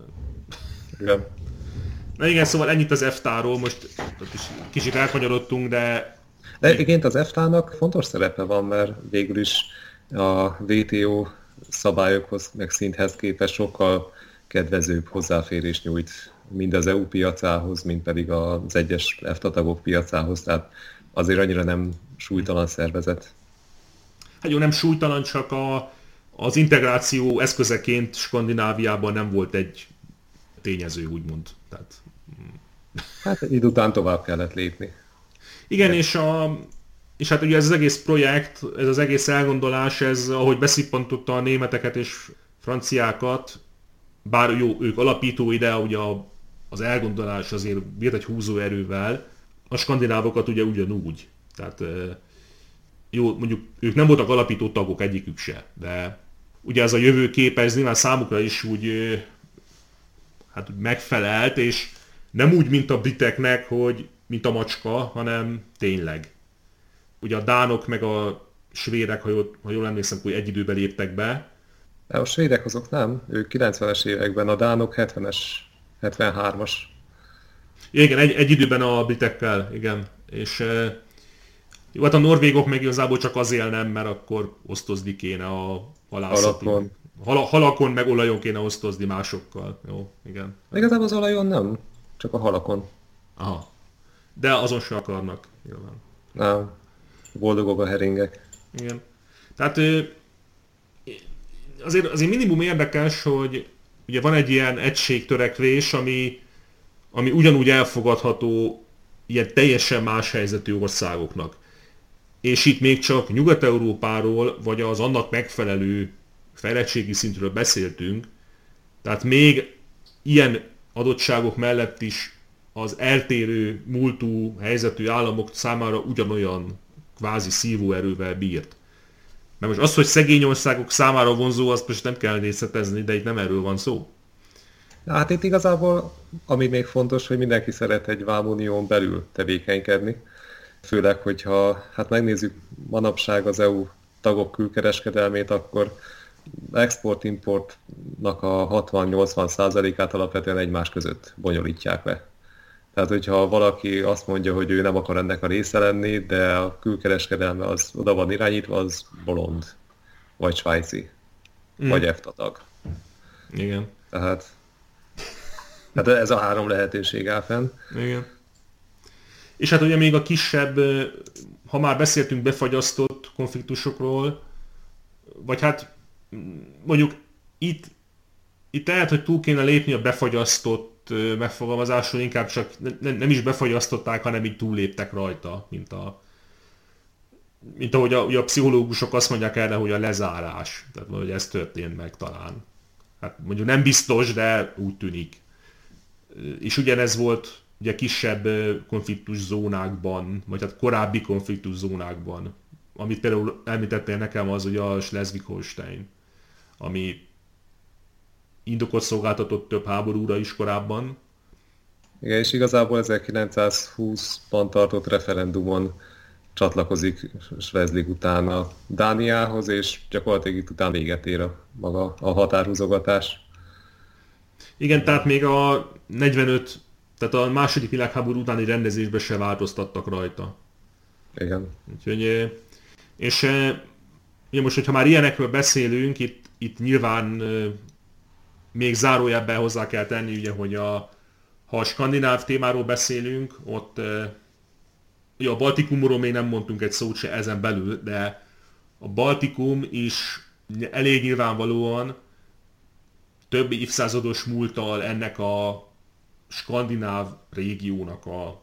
Igen. Na igen, szóval ennyit az e f té á-ról, most kicsit elkanyarodtunk, de... De egyébként az e f té á-nak fontos szerepe van, mert végül is a vé té o szabályokhoz, meg szinthez képest sokkal kedvezőbb hozzáférést nyújt mind az é u piacához, mind pedig az egyes e f té á tagok piacához, tehát azért annyira nem súlytalan szervezet. Hát jó, nem súlytalan, csak a, az integráció eszközeként Skandináviában nem volt egy tényező, úgymond. Tehát... Hát idő után tovább kellett lépni. Igen, és, a, és hát ugye ez az egész projekt, ez az egész elgondolás, ez ahogy beszippantotta a németeket és franciákat, bár jó, ők alapítói, de ugye az elgondolás azért bírt egy húzóerővel, a skandinávokat ugye ugyanúgy. Tehát jó, mondjuk ők nem voltak alapító tagok egyikük se, de ugye ez a jövőkép, ez nyilván számukra is úgy hát megfelelt, és nem úgy, mint a briteknek, hogy mint a macska, hanem tényleg. Ugye a dánok meg a svédek, ha jól, ha jól emlékszem, hogy egy időben léptek be. De a svédek azok nem, ők kilencvenes években, a dánok hetvenes, hetvenhármas. Igen, egy, egy időben a britekkel, igen. És jó, hát a norvégok meg igazából csak azért nem, mert akkor osztozni kéne a halászati. Halakon. Hal, halakon meg olajon kéne osztozni másokkal. Jó, igen. Igazából az olajon nem, csak a halakon. Aha. De azon sem akarnak, nyilván. Nem. Boldogok a heringek. Igen. Tehát azért, azért minimum érdekes, hogy ugye van egy ilyen egységtörekvés, ami, ami ugyanúgy elfogadható ilyen teljesen más helyzetű országoknak. És itt még csak Nyugat-Európáról, vagy az annak megfelelő fejlettségi szintről beszéltünk, tehát még ilyen adottságok mellett is az eltérő, múltú helyzetű államok számára ugyanolyan kvázi szívóerővel bírt. Mert most az, hogy szegény országok számára vonzó, azt most nem kell részletezni, de itt nem erről van szó. Hát itt igazából, ami még fontos, hogy mindenki szeret egy vámunión belül tevékenykedni. Főleg, hogyha hát megnézzük manapság az é u tagok külkereskedelmét, akkor export-importnak a hatvan-nyolcvan százalékát alapvetően egymás között bonyolítják le. Tehát, hogyha valaki azt mondja, hogy ő nem akar ennek a része lenni, de a külkereskedelme az oda van irányítva, az bolond, vagy svájci, mm. vagy EFTA tag. Igen. Tehát, tehát ez a három lehetőség áll fenn. Igen. És hát ugye még a kisebb, ha már beszéltünk befagyasztott konfliktusokról, vagy hát mondjuk itt, itt lehet, hogy túl kéne lépni a befagyasztott megfogalmazáson, inkább csak ne, nem is befagyasztották, hanem így túlléptek rajta, mint a mint ahogy a, a pszichológusok azt mondják erre, hogy a lezárás. Tehát hogy ez történt meg talán. Hát mondjuk nem biztos, de úgy tűnik. És ugyanez volt ugye kisebb konfliktus zónákban, vagy hát korábbi konfliktus zónákban. Amit például említettél nekem, az ugye a Schleswig-Holstein, ami indokot szolgáltatott több háborúra is korábban. Igen, és igazából ezerkilencszázhúszban tartott referendumon csatlakozik Schleswig után a Dániához, és gyakorlatilag itt után véget ér a maga a határhúzogatás. Igen, tehát még a negyvenöt, tehát a második világháború utáni rendezésben se változtattak rajta. Igen. Úgyhogy, és ugye most, hogyha már ilyenekről beszélünk, itt, itt nyilván még zárójelben hozzá kell tenni, ugye, hogy a, ha a skandináv témáról beszélünk, ott ugye a Baltikumról még nem mondtunk egy szót se ezen belül, de a Baltikum is elég nyilvánvalóan több évszázados múlttal ennek a skandináv régiónak a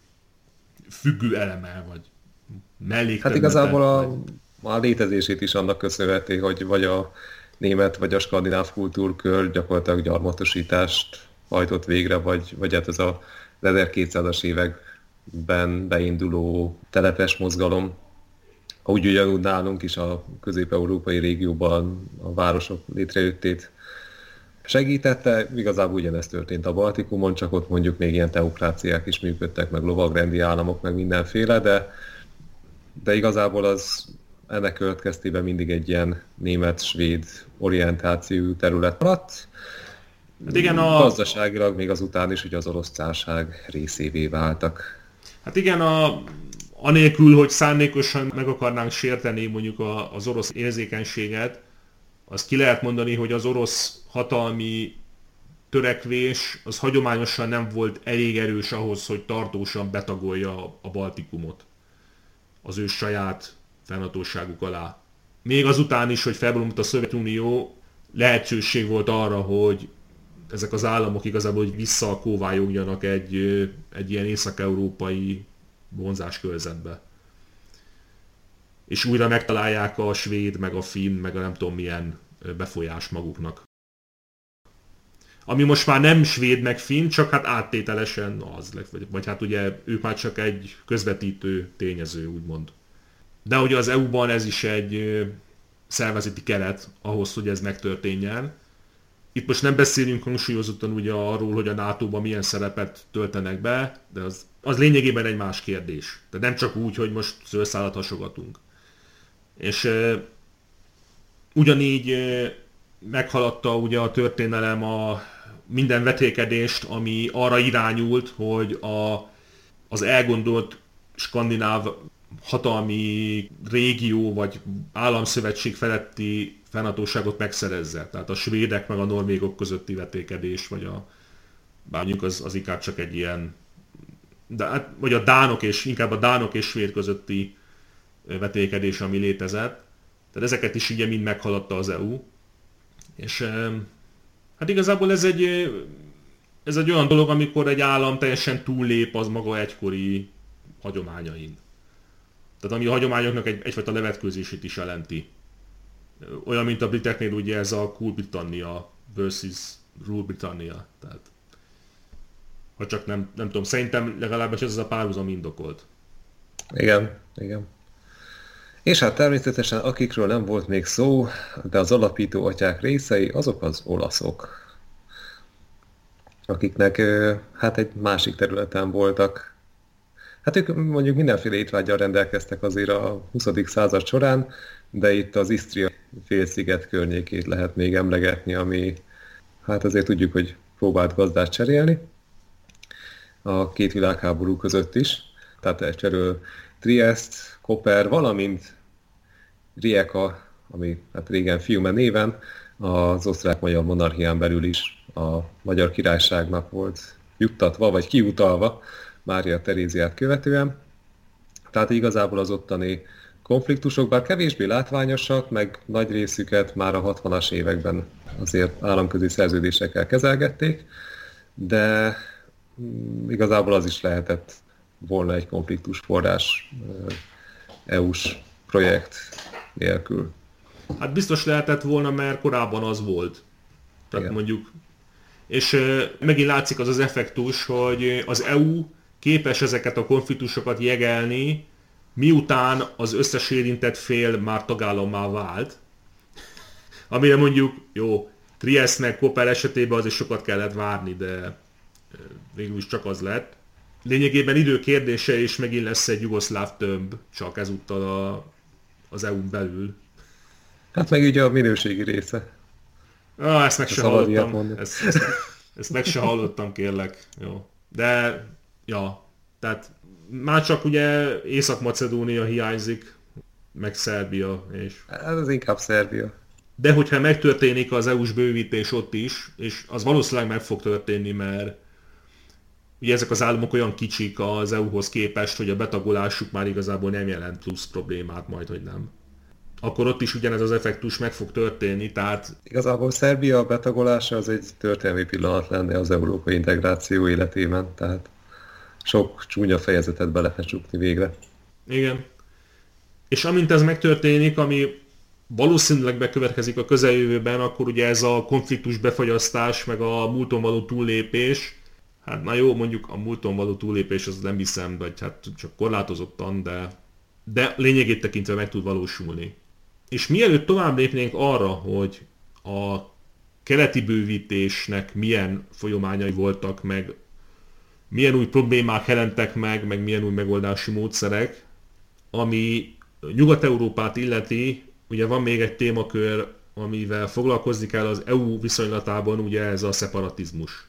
függő eleme, vagy mellékterülete. Hát igazából a, a létezését is annak köszönheti, hogy vagy a német vagy a skandináv kultúrkör gyakorlatilag gyarmatosítást hajtott végre, vagy, vagy hát ez a ezerkétszázas években beinduló telepes mozgalom. Úgy ugyanúgy nálunk is a közép-európai régióban a városok létrejöttét segítette, igazából ugyanezt történt a Baltikumon, csak ott mondjuk még ilyen teokráciák is működtek, meg lovagrendi államok, meg mindenféle, de, de igazából az ennek következtében mindig egy ilyen német-svéd orientációjú terület maradt. Hát igen, a... Gazdaságilag még azután is, hogy az orosz cárság részévé váltak. Hát igen, a... anélkül, hogy szándékosan meg akarnánk sérteni mondjuk a, az orosz érzékenységet, azt ki lehet mondani, hogy az orosz hatalmi törekvés az hagyományosan nem volt elég erős ahhoz, hogy tartósan betagolja a Baltikumot az ő saját fennhatóságuk alá. Még azután is, hogy felbomlott a Szovjetunió, lehetőség volt arra, hogy ezek az államok igazából hogy visszakóvályogjanak egy, egy ilyen észak-európai vonzáskörzetbe. És újra megtalálják a svéd, meg a finn, meg a nem tudom milyen befolyás maguknak. Ami most már nem svéd, meg finn, csak hát áttételesen az, vagy, vagy hát ugye ők már csak egy közvetítő tényező, úgymond. De ugye az é u-ban ez is egy szervezeti keret ahhoz, hogy ez megtörténjen. Itt most nem beszélünk hangsúlyozottan ugye arról, hogy a nátóban milyen szerepet töltenek be, de az, az lényegében egy más kérdés. Tehát nem csak úgy, hogy most szőrszálat hasogatunk. És e, ugyanígy e, meghaladta ugye a történelem a minden vetélkedést, ami arra irányult, hogy a, az elgondolt skandináv hatalmi régió vagy államszövetség feletti fennhatóságot megszerezze. Tehát a svédek meg a norvégok közötti vetélkedés, vagy a bármilyen az, az inkább csak egy ilyen, de, vagy a dánok és inkább a dánok és svéd közötti vetélkedés, ami létezett. Tehát ezeket is ugye mind meghaladta az é u. És hát igazából ez egy ez egy olyan dolog, amikor egy állam teljesen túllép az maga egykori hagyományain. Tehát ami a hagyományoknak egy, egyfajta levetkőzését is jelenti. Olyan, mint a briteknél ugye ez a Cool Britannia versus Rule Britannia. Tehát, ha csak nem, nem tudom, szerintem legalábbis ez a párhuzam indokolt. Igen, igen. És hát természetesen akikről nem volt még szó, de az alapító atyák részei, azok az olaszok. Akiknek hát egy másik területen voltak. Hát ők mondjuk mindenféle étvággyal rendelkeztek azért a huszadik század során, de itt az Isztria félsziget környékét lehet még emlegetni, ami hát azért tudjuk, hogy próbált gazdát cserélni a két világháború között is. Tehát egyfelől Triest, Koper, valamint Rijeka, ami hát régen Fiume néven, az osztrák-magyar monarchián belül is a Magyar Királyságnak volt juttatva, vagy kiutalva Mária Teréziát követően. Tehát igazából az ottani konfliktusok, bár kevésbé látványosak, meg nagy részüket már a hatvanas években azért államközi szerződésekkel kezelgették, de igazából az is lehetett volna egy konfliktus forrás é u-s projekt nélkül. Hát biztos lehetett volna, mert korábban az volt. Tehát igen. Mondjuk. És megint látszik az az effektus, hogy az é u képes ezeket a konfliktusokat jegelni, miután az összes érintett fél már tagállammá vált. Amire mondjuk, jó, Triest meg Koper esetében azért sokat kellett várni, de végül is csak az lett. Lényegében idő kérdése, és megint lesz egy jugoszláv tömb, csak ezúttal a, az é u-n belül. Hát meg ugye a minőségi része. Ah, ezt meg se hallottam. Ezt, ezt, ezt meg se hallottam, kérlek. Jó. De, ja, tehát már csak ugye Észak-Macedónia hiányzik, meg Szerbia. És... Ez az inkább Szerbia. De hogyha megtörténik az é u-s bővítés ott is, és az valószínűleg meg fog történni, mert ugye ezek az államok olyan kicsik az é u-hoz képest, hogy a betagolásuk már igazából nem jelent plusz problémát, majd hogy nem. Akkor ott is ugyanez az effektus meg fog történni, tehát... Igazából Szerbia betagolása az egy történelmi pillanat lenne az európai integráció életében, tehát sok csúnya fejezetet be lehet csukni végre. Igen. És amint ez megtörténik, ami valószínűleg bekövetkezik a közeljövőben, akkor ugye ez a konfliktus befagyasztás, meg a múlton való túllépés, hát na jó, mondjuk a múlton való túllépés az nem hiszem, vagy hát csak korlátozottan, de, de lényegét tekintve meg tud valósulni. És mielőtt tovább lépnénk arra, hogy a keleti bővítésnek milyen folyamányai voltak, meg milyen új problémák jelentek meg, meg milyen új megoldási módszerek, ami Nyugat-Európát illeti, ugye van még egy témakör, amivel foglalkozni kell az é u viszonylatában, ugye ez a szeparatizmus.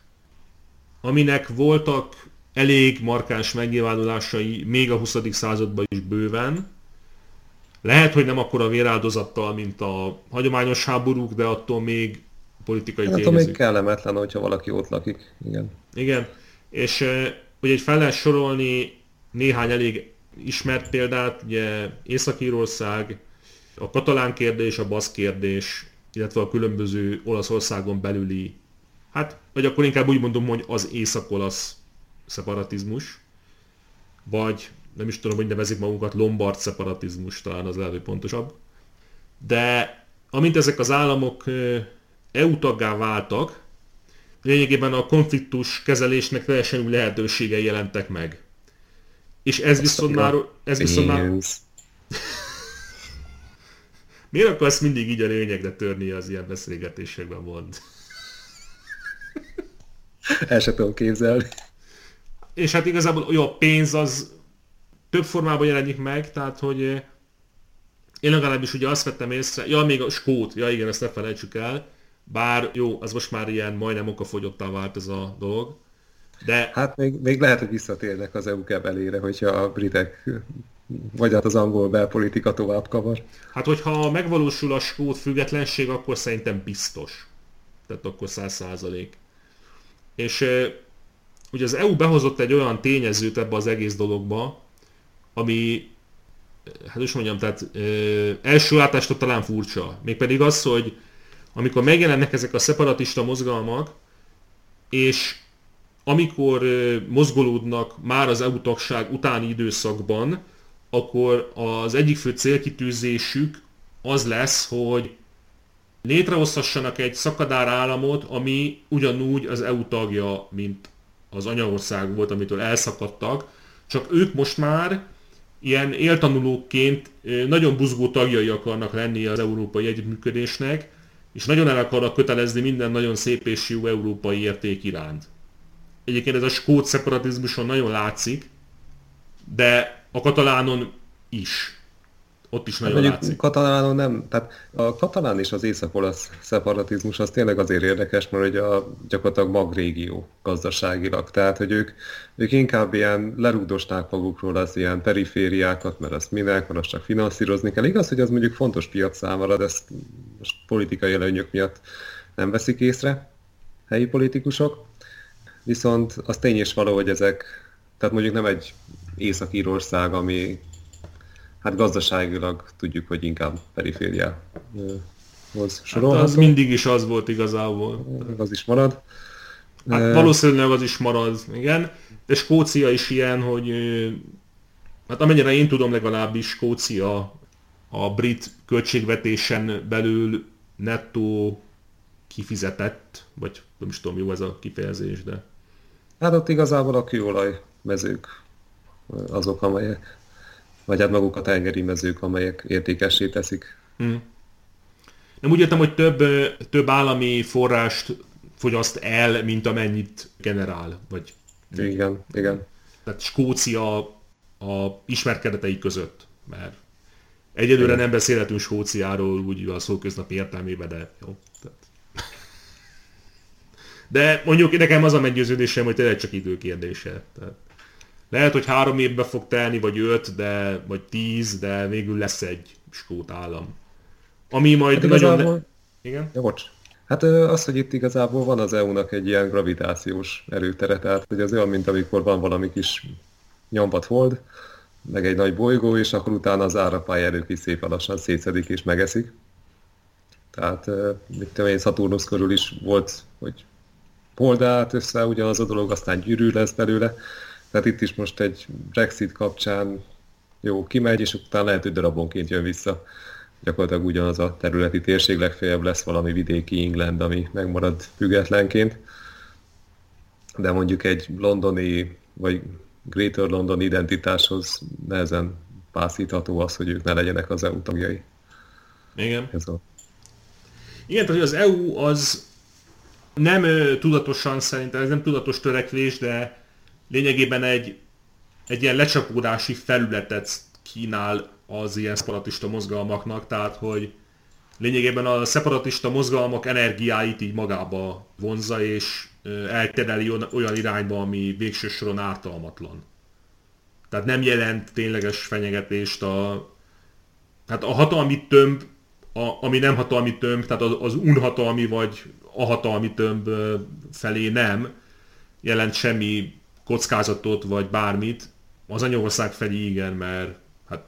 Aminek voltak elég markáns megnyilvánulásai még a huszadik században is bőven. Lehet, hogy nem akkora véráldozattal, mint a hagyományos háborúk, de attól még politikai hát tényezők. Attól még kellemetlen, hogyha valaki ott lakik. Igen. Igen. És ugye fel lehet sorolni néhány elég ismert példát, ugye Észak-Írország, a katalán kérdés, a baszk kérdés, illetve a különböző Olaszországon belüli, hát, vagy akkor inkább úgy mondom, hogy az észak-olasz szeparatizmus, vagy nem is tudom, hogy nevezik magunkat, lombard szeparatizmus, talán az lehet, hogy pontosabb. De amint ezek az államok é u taggá váltak, lényegében a konfliktus kezelésnek teljesen új lehetőségei jelentek meg. És ez viszont már... Ez viszont már... Miért akarsz mindig így a lényegre törni az ilyen beszélgetésekben, mond? El sem tudom képzelni. És hát igazából jó, a pénz az több formában jelenik meg, tehát hogy én legalábbis ugye azt vettem észre, ja még a skót, ja igen, ezt ne felejtsük el, bár jó, az most már ilyen majdnem okafogyottá vált ez a dolog, de... Hát még, még lehet, hogy visszatérnek az é u kebelére, hogyha a britek, vagy hát az angol belpolitika tovább kavar. Hát hogyha megvalósul a skót függetlenség, akkor szerintem biztos. Tehát akkor száz százalék. És ugye az é u behozott egy olyan tényezőt ebbe az egész dologba, ami, hát is mondjam, tehát ö, első látástól talán furcsa. Mégpedig az, hogy amikor megjelennek ezek a szeparatista mozgalmak, és amikor mozgolódnak már az é u tagság utáni időszakban, akkor az egyik fő célkitűzésük az lesz, hogy létrehozhassanak egy szakadár államot, ami ugyanúgy az é u tagja, mint az anyaország volt, amitől elszakadtak, csak ők most már ilyen éltanulókként nagyon buzgó tagjai akarnak lenni az európai együttműködésnek, és nagyon el akarnak kötelezni minden nagyon szép és jó európai érték iránt. Egyébként ez a skót szeparatizmuson nagyon látszik, de a katalánon is. Ott is nagyon Mondjuk látszik. Katalánon nem, tehát a katalán és az észak-olasz szeparatizmus az tényleg azért érdekes, mert hogy a gyakorlatilag magrégió gazdaságilag, tehát hogy ők, ők inkább ilyen lerugdosnák magukról az ilyen perifériákat, mert azt minek, mert azt csak finanszírozni kell. Igaz, hogy az mondjuk fontos piac számára, de ezt most politikai előnyök miatt nem veszik észre helyi politikusok. Viszont az tény is való, hogy ezek, tehát mondjuk nem egy Észak-Írország, ami hát gazdaságilag tudjuk, hogy inkább perifériához sorolható. Hát az mindig is az volt igazából. Az is marad. Hát valószínűleg az is marad, igen. De Skócia is ilyen, hogy hát amennyire én tudom, legalábbis Skócia a brit költségvetésen belül nettó kifizetett, vagy nem is tudom, jó ez a kifejezés, de... Hát ott igazából a kőolajmezők azok, amelyek, vagy hát maguk a tengeri mezők, amelyek értékessé teszik. Hmm. Nem úgy értem, hogy több, több állami forrást fogyaszt el, mint amennyit generál, vagy... Igen, igen. Tehát Skócia a ismert között, mert egyelőre igen. Nem beszélhetünk Skóciáról úgy a szóköznapi értelmében, de jó. Tehát... De mondjuk nekem az a meggyőződésem, hogy tényleg csak időkérdése. Tehát lehet, hogy három évbe fog telni, vagy öt, de, vagy tíz, de végül lesz egy skót állam. Ami majd hát nagyon... Igazából... Ne... Igen? Ja, bocs. Hát az, hogy itt igazából van az é u-nak egy ilyen gravitációs erőtere, tehát hogy az olyan, mint amikor van valami kis nyomvat hold, meg egy nagy bolygó, és akkor utána az árapálya erők is szépen lassan szétszedik és megeszik. Tehát, mit tudom én, Szaturnusz körül is volt, hogy hold állt össze ugyanaz a dolog, aztán gyűrű lesz belőle. Tehát itt is most egy Brexit kapcsán jó, kimegy, és utána lehet, hogy darabonként jön vissza. Gyakorlatilag ugyanaz a területi térség, legfeljebb lesz valami vidéki England, ami megmarad függetlenként. De mondjuk egy londoni, vagy Greater London identitáshoz nehezen pászítható az, hogy ők ne legyenek az é u tagjai. Igen. Ez a... Igen, tehát az é u az nem tudatosan szerintem, ez nem tudatos törekvés, de lényegében egy, egy ilyen lecsapódási felületet kínál az ilyen szeparatista mozgalmaknak, tehát hogy lényegében a szeparatista mozgalmak energiáit így magába vonzza, és eltereli olyan irányba, ami végső soron ártalmatlan. Tehát nem jelent tényleges fenyegetést a, hát a hatalmi tömb, a, ami nem hatalmi tömb, tehát az, az unhatalmi vagy a hatalmi tömb felé nem jelent semmi kockázatot vagy bármit. Az anyaország felé igen, mert hát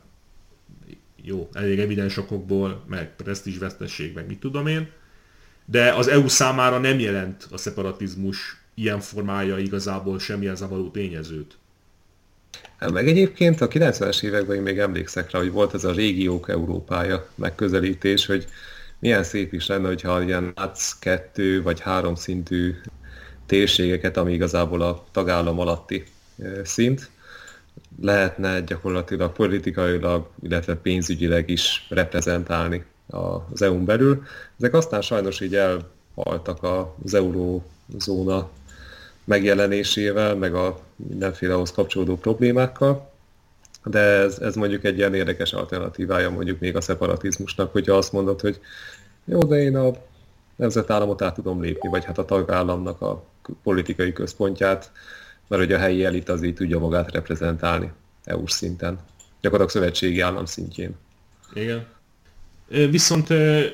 jó, elég evidens okokból, meg presztízsvesztesség, meg mit tudom én. De az é u számára nem jelent a szeparatizmus ilyen formája igazából semmilyen zavaró tényezőt. Meg egyébként a kilencvenes években én még emlékszek rá, hogy volt ez a régiók Európája megközelítés, hogy milyen szép is lenne, hogyha ilyen á cé é kettő vagy három szintű térségeket, ami igazából a tagállam alatti szint, lehetne gyakorlatilag politikailag, illetve pénzügyileg is reprezentálni az é u-n belül. Ezek aztán sajnos így elhaltak az eurózóna megjelenésével, meg a mindenféle ahhoz kapcsolódó problémákkal, de ez, ez mondjuk egy ilyen érdekes alternatívája mondjuk még a szeparatizmusnak, hogyha azt mondod, hogy jó, de én a nemzetállamot át tudom lépni, vagy hát a tagállamnak a politikai központját, mert hogy a helyi elit az így tudja magát reprezentálni é u-s szinten, gyakorlatilag szövetségi állam szintjén. Igen. Viszont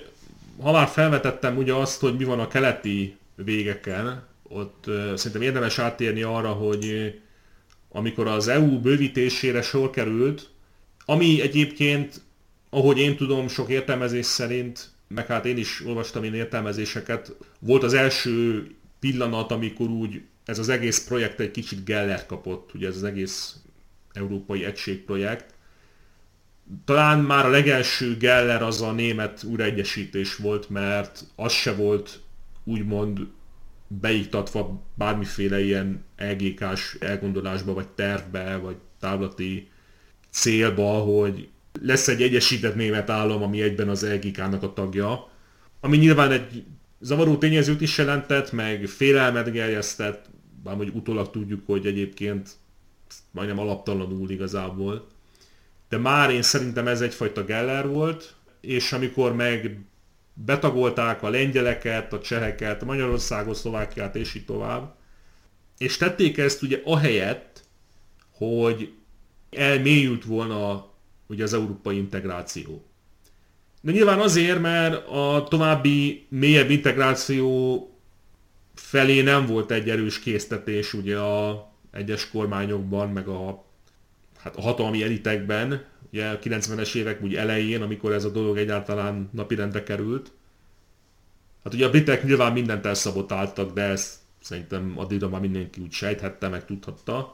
ha már felvetettem ugye azt, hogy mi van a keleti végeken, ott szerintem érdemes áttérni arra, hogy amikor az é u bővítésére sor került, ami egyébként, ahogy én tudom, sok értelmezés szerint, meg hát én is olvastam én értelmezéseket, volt az első pillanat, amikor úgy ez az egész projekt egy kicsit Geller kapott, ugye ez az egész európai egységprojekt. Talán már a legelső Geller az a német újraegyesítés volt, mert az se volt úgymond beiktatva bármiféle ilyen é gé ká-s elgondolásba, vagy tervbe, vagy távlati célba, hogy lesz egy egyesített német állam, ami egyben az é gé ká-nak a tagja, ami nyilván egy zavaró tényezőt is jelentett, meg félelmet gerjesztett, bár hogy utólag tudjuk, hogy egyébként majdnem alaptalanul igazából. De már én szerintem ez egyfajta Geller volt, és amikor meg betagolták a lengyeleket, a cseheket, Magyarországot, Szlovákiát és így tovább, és tették ezt ugye ahelyett, hogy elmélyült volna ugye az európai integráció. De nyilván azért, mert a további mélyebb integráció felé nem volt egy erős késztetés ugye a egyes kormányokban, meg a, hát a hatalmi elitekben, ugye a kilencvenes évek úgy elején, amikor ez a dolog egyáltalán napirendre került. Hát ugye a britek nyilván mindent elszabotáltak, de ezt szerintem addigra már mindenki úgy sejthette, meg tudhatta.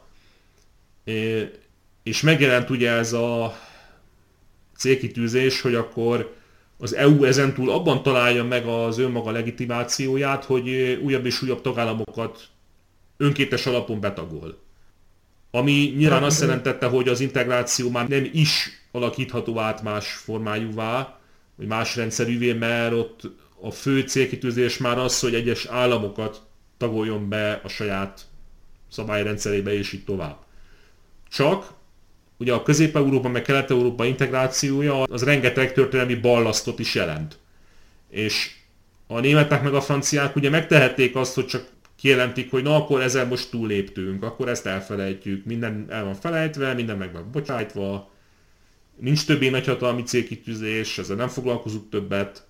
És megjelent ugye ez a célkitűzés, hogy akkor az é u ezentúl abban találja meg az önmaga legitimációját, hogy újabb és újabb tagállamokat önkéntes alapon betagol. Ami nyilván azt jelentette, hogy az integráció már nem is alakítható át más formájúvá, vagy más rendszerűvé, mert ott a fő célkitűzés már az, hogy egyes államokat tagoljon be a saját szabályrendszerébe, és így tovább. Csak ugye a Közép-Európa meg Kelet-Európa integrációja az rengeteg történelmi ballasztot is jelent. És a németek meg a franciák ugye megtehették azt, hogy csak kijelentik, hogy na akkor ezzel most túlléptünk, akkor ezt elfelejtjük, minden el van felejtve, minden meg van bocsájtva, nincs többé nagyhatalmi célkitűzés, ezzel nem foglalkozunk többet,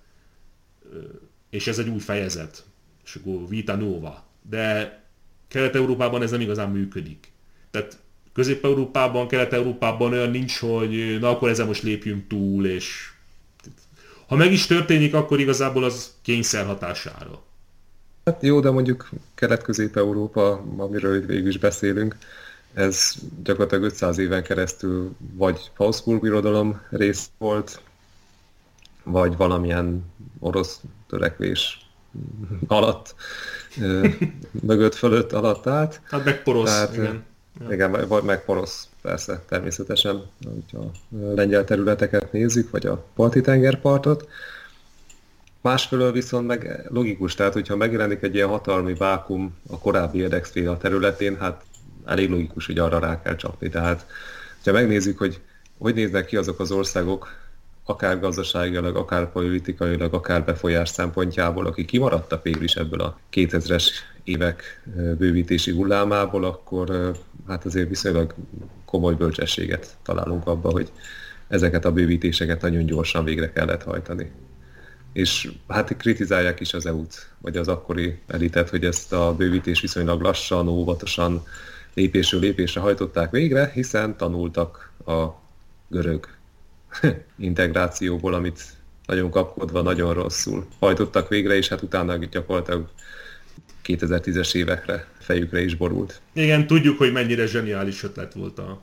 és ez egy új fejezet, és akkor vita nova. De Kelet-Európában ez nem igazán működik. Tehát Közép-Európában, Kelet-Európában olyan nincs, hogy na akkor ezzel most lépjünk túl, és ha meg is történik, akkor igazából az kényszer hatására. Hát jó, de mondjuk Kelet-Közép-Európa, amiről itt végül is beszélünk, ez gyakorlatilag ötszáz éven keresztül vagy Habsburg birodalom rész volt, vagy valamilyen orosz törekvés alatt, mögött, fölött, alatt állt. Hát meg porosz, Tehát, igen. Igen, vagy meg porosz, persze, természetesen, hogyha a lengyel területeket nézzük, vagy a Balti-tengerpartot. Másfelől viszont meg logikus, tehát hogyha megjelenik egy ilyen hatalmi vákum a korábbi érdekszféra területén, hát elég logikus, hogy arra rá kell csapni. Tehát, ha megnézzük, hogy hogy néznek ki azok az országok, akár gazdaságilag, akár politikailag, akár befolyás szempontjából, akik kimaradtak végül is ebből a kétezres évek bővítési hullámából, akkor hát azért viszonylag komoly bölcsességet találunk abban, hogy ezeket a bővítéseket nagyon gyorsan végre kellett hajtani. És hát kritizálják is az é u-t, vagy az akkori elitet, hogy ezt a bővítést viszonylag lassan, óvatosan, lépésről lépésre hajtották végre, hiszen tanultak a görög integrációból, amit nagyon kapkodva, nagyon rosszul hajtottak végre, és hát utána gyakorlatilag kétezer-tízes évekre fejükre is borult. Igen, tudjuk, hogy mennyire zseniális ötlet volt a...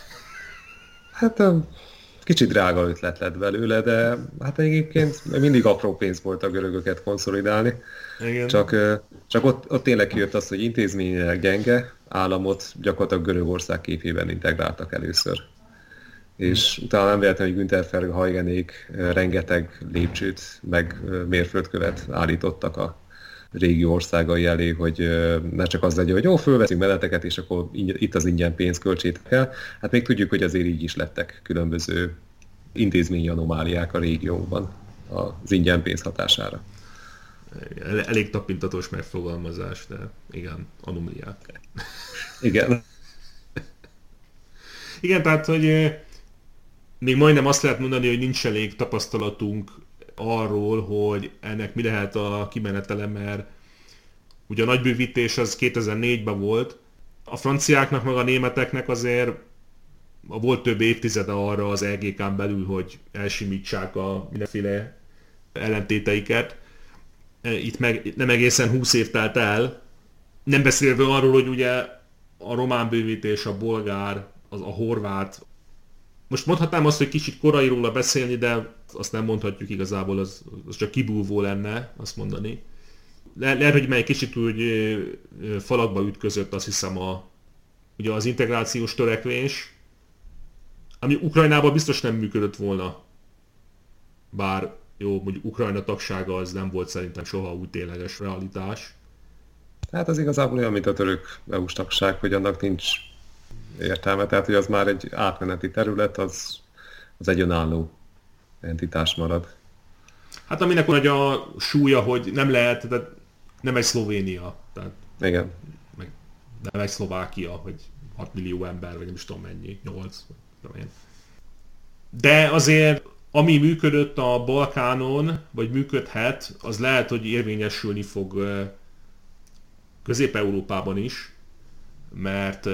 Hát kicsit drága ötlet lett belőle, de hát egyébként mindig apró pénz volt a görögöket konszolidálni. Igen. Csak, csak ott, ott tényleg kijött az, hogy intézményileg gyenge államot gyakorlatilag Görögország képében integráltak először. És utána nem véletlenül, hogy Günther Verheugenék rengeteg lépcsőt, meg mérföldkövet állítottak a régió országai elé, hogy ne csak az legyen, hogy jó, fölveszünk meneteket, és akkor itt az ingyen pénz, költsétek el. Hát még tudjuk, hogy azért így is lettek különböző intézményi anomáliák a régióban az ingyen pénz hatására. Elég tapintatos megfogalmazás, de igen, anomáliák. Igen. Igen, tehát, hogy még majdnem azt lehet mondani, hogy nincs elég tapasztalatunk arról, hogy ennek mi lehet a kimenetele, mert ugye a nagybővítés az kétezer-négyben volt, a franciáknak meg a németeknek azért volt több évtizede arra az é gé ká-n belül, hogy elsimítsák a mindenféle ellentéteiket. Itt meg nem egészen húsz év telt el, Nem beszélve arról, hogy ugye a román bővítés, a bolgár, az, a horvát. Most mondhatnám azt, hogy kicsit korai róla beszélni, de azt nem mondhatjuk igazából, az, az csak kibúvó lenne azt mondani. Le, lehet, hogy mely kicsit úgy falakba ütközött, azt hiszem, a, ugye az integrációs törekvés, ami Ukrajnában biztos nem működött volna. Bár jó, mondjuk Ukrajna tagsága az nem volt szerintem soha úgy tényleges realitás. Hát az igazából olyan, mint a török é u-s tagság, hogy annak nincs értelme, tehát hogy az már egy átmeneti terület, az, az egy önálló entitás marad. Hát aminek nagy a súlya, hogy nem lehet, de nem egy Szlovénia, tehát igen. Meg nem egy Szlovákia, hogy hat millió ember, vagy nem is tudom mennyi, nyolc, tudom én. De azért, ami működött a Balkánon, vagy működhet, az lehet, hogy érvényesülni fog Közép-Európában is, mert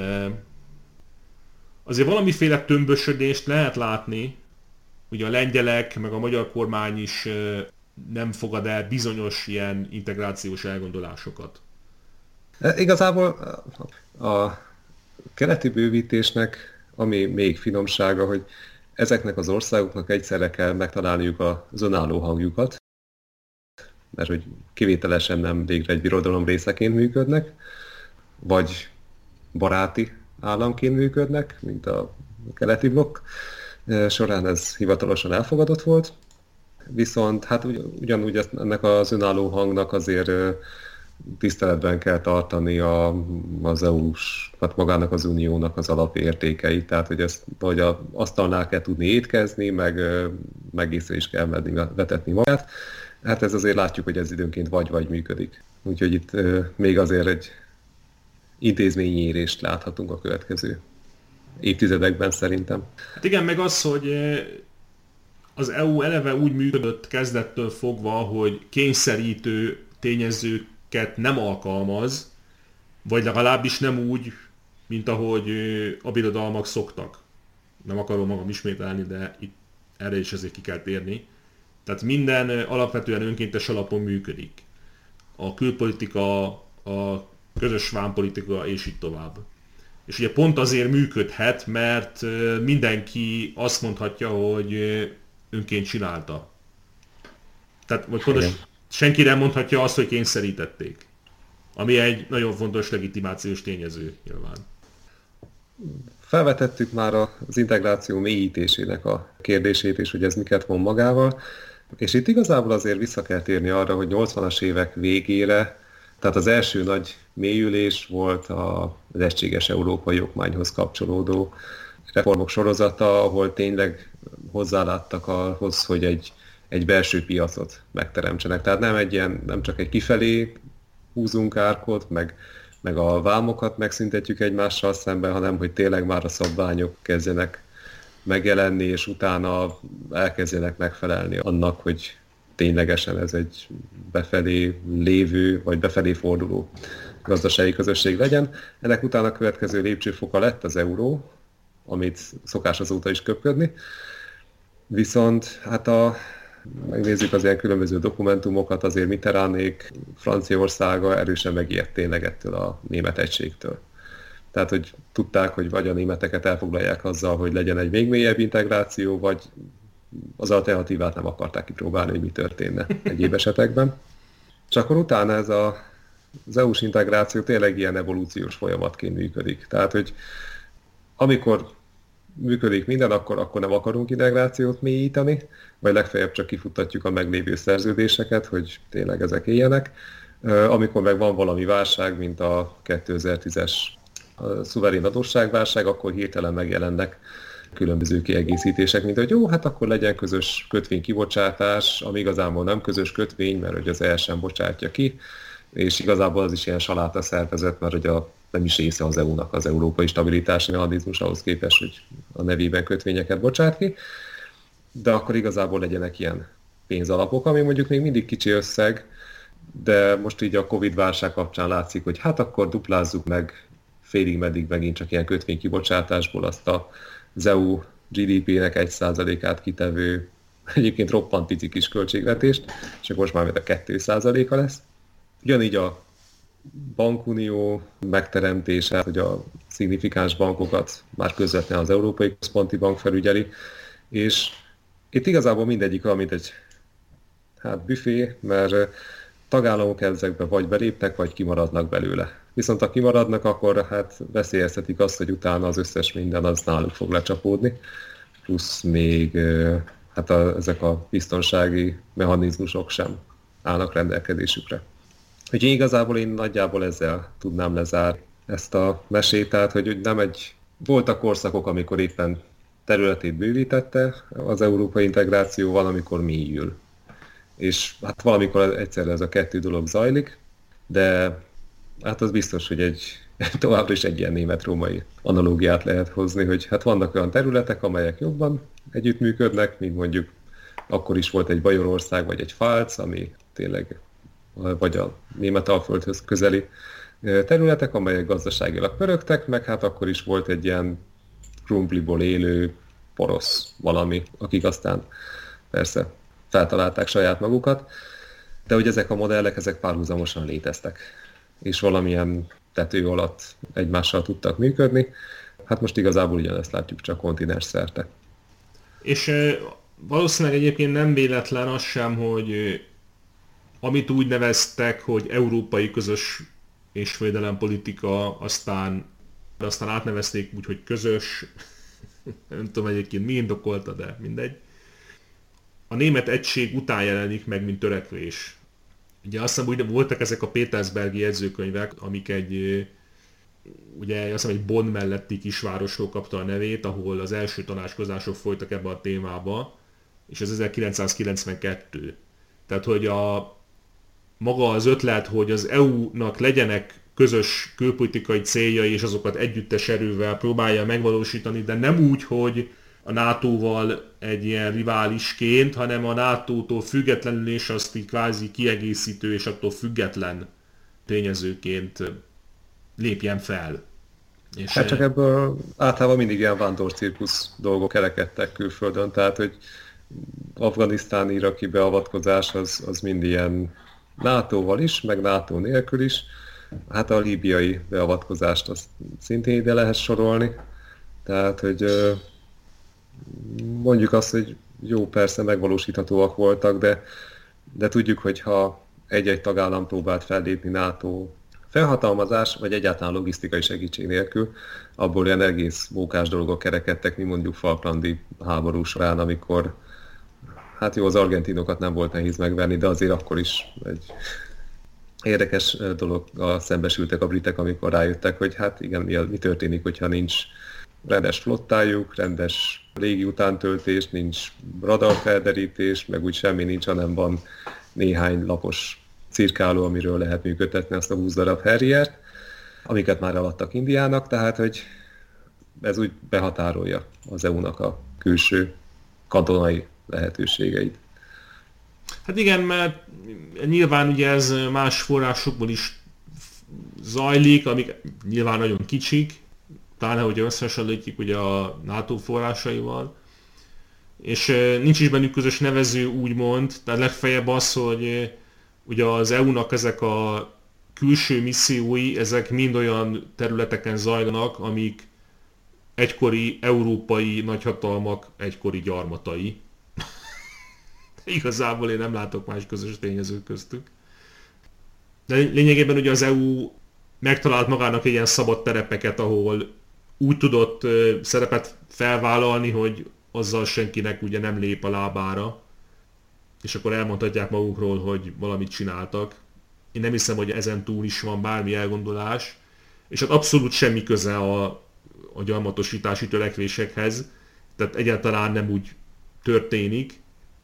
azért valamiféle tömbösödést lehet látni, ugye a lengyelek, meg a magyar kormány is nem fogad el bizonyos ilyen integrációs elgondolásokat. Igazából a keleti bővítésnek, ami még finomsága, hogy ezeknek az országoknak egyszerre kell megtalálniuk az önálló hangjukat, mert hogy kivételesen nem végre egy birodalom részeként működnek, vagy baráti államként működnek, mint a keleti blokk. Során ez hivatalosan elfogadott volt, viszont hát ugyanúgy ennek az önálló hangnak azért tiszteletben kell tartani a, az é u-s, hát magának az uniónak az alapértékeit, tehát hogy ezt vagy a asztalnál kell tudni étkezni, meg, meg észre is kell menni vetetni magát. Hát ez azért látjuk, hogy ez időnként vagy-vagy működik. Úgyhogy itt még azért egy intézményérést láthatunk a következő évtizedekben szerintem. Hát igen, meg az, hogy az é u eleve úgy működött kezdettől fogva, hogy kényszerítő tényezőket nem alkalmaz, vagy legalábbis nem úgy, mint ahogy a birodalmak szoktak. Nem akarom magam ismételni, de itt erre is ezért ki kell térni. Tehát minden alapvetően önkéntes alapon működik. A külpolitika, a közös vámpolitika és így tovább. És ugye pont azért működhet, mert mindenki azt mondhatja, hogy önként csinálta. Tehát vagy pontosan senki nem mondhatja azt, hogy kényszerítették. Ami egy nagyon fontos legitimációs tényező nyilván. Felvetettük már az integráció mélyítésének a kérdését, és hogy ez miket von magával. És itt igazából azért vissza kell térni arra, hogy nyolcvanas évek végére, tehát az első nagy mélyülés volt az egységes európai okmányhoz kapcsolódó reformok sorozata, ahol tényleg hozzáláttak ahhoz, hogy egy, egy belső piacot megteremtsenek. Tehát nem, egy ilyen, nem csak egy kifelé húzunk árkot, meg, meg a vámokat megszüntetjük egymással szemben, hanem hogy tényleg már a szabványok kezdjenek megjelenni, és utána elkezdjenek megfelelni annak, hogy ténylegesen ez egy befelé lévő, vagy befelé forduló gazdasági közösség legyen. Ennek utána a következő lépcsőfoka lett az euró, amit szokás azóta is köpködni. Viszont hát a, megnézzük az ilyen különböző dokumentumokat, azért Mitterrandék Franciaországa erősen megijedt tényleg ettől a német egységtől. Tehát, hogy tudták, hogy vagy a németeket elfoglalják azzal, hogy legyen egy még mélyebb integráció, vagy az alternatívát nem akarták kipróbálni, hogy mi történne egyéb esetekben. És akkor utána ez a, az é u-s integráció tényleg ilyen evolúciós folyamatként működik. Tehát, hogy amikor működik minden, akkor, akkor nem akarunk integrációt mélyíteni, vagy legfeljebb csak kifuttatjuk a meglévő szerződéseket, hogy tényleg ezek éljenek. Amikor meg van valami válság, mint a kétezer-tízes a szuverén adósságválság, akkor hirtelen megjelennek különböző kiegészítések, mint hogy jó, hát akkor legyen közös kötvénykibocsátás, ami igazából nem közös kötvény, mert hogy az el sem bocsátja ki, és igazából az is ilyen saláta szervezet, mert hogy a, nem is része az é u-nak az európai stabilitási mechanizmus ahhoz képest, hogy a nevében kötvényeket bocsát ki, de akkor igazából legyenek ilyen pénzalapok, ami mondjuk még mindig kicsi összeg, de most így a Covid-válság kapcsán látszik, hogy hát akkor duplázzuk meg félig meddig megint csak ilyen kötvénykibocsátásból azt az é u gé dé pé-nek egy százalékát kitevő, egyébként roppant pici kis költségvetést, és akkor most már a kettő százaléka lesz. Ugyanígy a bankunió megteremtése, hogy a szignifikáns bankokat már közvetlenül az Európai Központi Bank felügyeli, és itt igazából mindegyik olyan, mint egy hát büfé, mert tagállamok ezekbe vagy belépnek, vagy kimaradnak belőle. Viszont ha kimaradnak, akkor hát veszélyeztetik azt, hogy utána az összes minden az náluk fog lecsapódni, plusz még hát a, ezek a biztonsági mechanizmusok sem állnak rendelkezésükre. Úgyhogy igazából én nagyjából ezzel tudnám lezárni ezt a mesét, tehát hogy nem egy... Voltak korszakok, amikor éppen területét bővítette az európai integráció, valamikor mélyül. És hát valamikor egyszerre ez a kettő dolog zajlik, de hát az biztos, hogy egy, továbbra is egy ilyen német-római analógiát lehet hozni, hogy hát vannak olyan területek, amelyek jobban együttműködnek, mint mondjuk akkor is volt egy Bajorország, vagy egy Pfalz, ami tényleg vagy a Németalföldhöz közeli területek, amelyek gazdaságilag pörögtek, meg hát akkor is volt egy ilyen krumpliból élő porosz valami, akik aztán persze feltalálták saját magukat, de hogy ezek a modellek, ezek párhuzamosan léteztek, és valamilyen tető alatt egymással tudtak működni. Hát most igazából ugyanezt látjuk csak kontinens szerte. És valószínűleg egyébként nem véletlen az sem, hogy amit úgy neveztek, hogy európai közös és védelempolitika, aztán, aztán átnevezték úgy, hogy közös, nem tudom egyébként mi indokolta, de mindegy. A német egység után jelenik meg, mint törekvés. Ugye azt hiszem, úgy voltak ezek a Petersbergi jegyzőkönyvek, amik egy, ugye azt hiszem, egy Bonn melletti kisvárosról kapta a nevét, ahol az első tanácskozások folytak ebbe a témába, és ez ezerkilencszázkilencvenkettő. Tehát, hogy a maga az ötlet, hogy az é u-nak legyenek közös külpolitikai céljai, és azokat együttes erővel próbálja megvalósítani, de nem úgy, hogy a nátóval egy ilyen riválisként, hanem a nátótól függetlenül, és azt így kvázi kiegészítő, és attól független tényezőként lépjen fel. És hát csak ebből általában mindig ilyen vándorcirkusz dolgok kerekedtek külföldön, tehát hogy afganisztáni iraki beavatkozás az, az mind ilyen nátóval is, meg NATO nélkül is. Hát a líbiai beavatkozást azt szintén ide lehet sorolni. Tehát, hogy mondjuk azt, hogy jó, persze megvalósíthatóak voltak, de, de tudjuk, hogy ha egy-egy tagállam próbált fellépni NATO felhatalmazás, vagy egyáltalán logisztikai segítség nélkül, abból ilyen egész mókás dolgok kerekedtek, mi mondjuk Falklandi háború során, amikor hát jó, az argentinokat nem volt nehéz megverni, de azért akkor is egy érdekes dologgal szembesültek a britek, amikor rájöttek, hogy hát igen, mi történik, hogyha nincs rendes flottájuk, rendes légi utántöltés, nincs radarfelderítés, meg úgy semmi nincs, hanem van néhány lapos cirkáló, amiről lehet működtetni azt a húsz darab Harriert, amiket már eladtak Indiának, tehát hogy ez úgy behatárolja az é u-nak a külső katonai lehetőségeit. Hát igen, mert nyilván ugye ez más forrásokból is zajlik, amik nyilván nagyon kicsik, talán, hogyha összehasonlítjuk ugye a NATO forrásaival, és nincs is bennük közös nevező, úgymond, tehát legfeljebb az, hogy ugye az é u-nak ezek a külső missziói, ezek mind olyan területeken zajlanak, amik egykori európai nagyhatalmak egykori gyarmatai. Igazából én nem látok más közös tényezőt köztük. De lényegében ugye az é u megtalált magának ilyen szabad terepeket, ahol úgy tudott szerepet felvállalni, hogy azzal senkinek ugye nem lép a lábára, és akkor elmondhatják magukról, hogy valamit csináltak. Én nem hiszem, hogy ezen túl is van bármi elgondolás, és hát abszolút semmi köze a, a gyarmatosítási törekvésekhez, tehát egyáltalán nem úgy történik.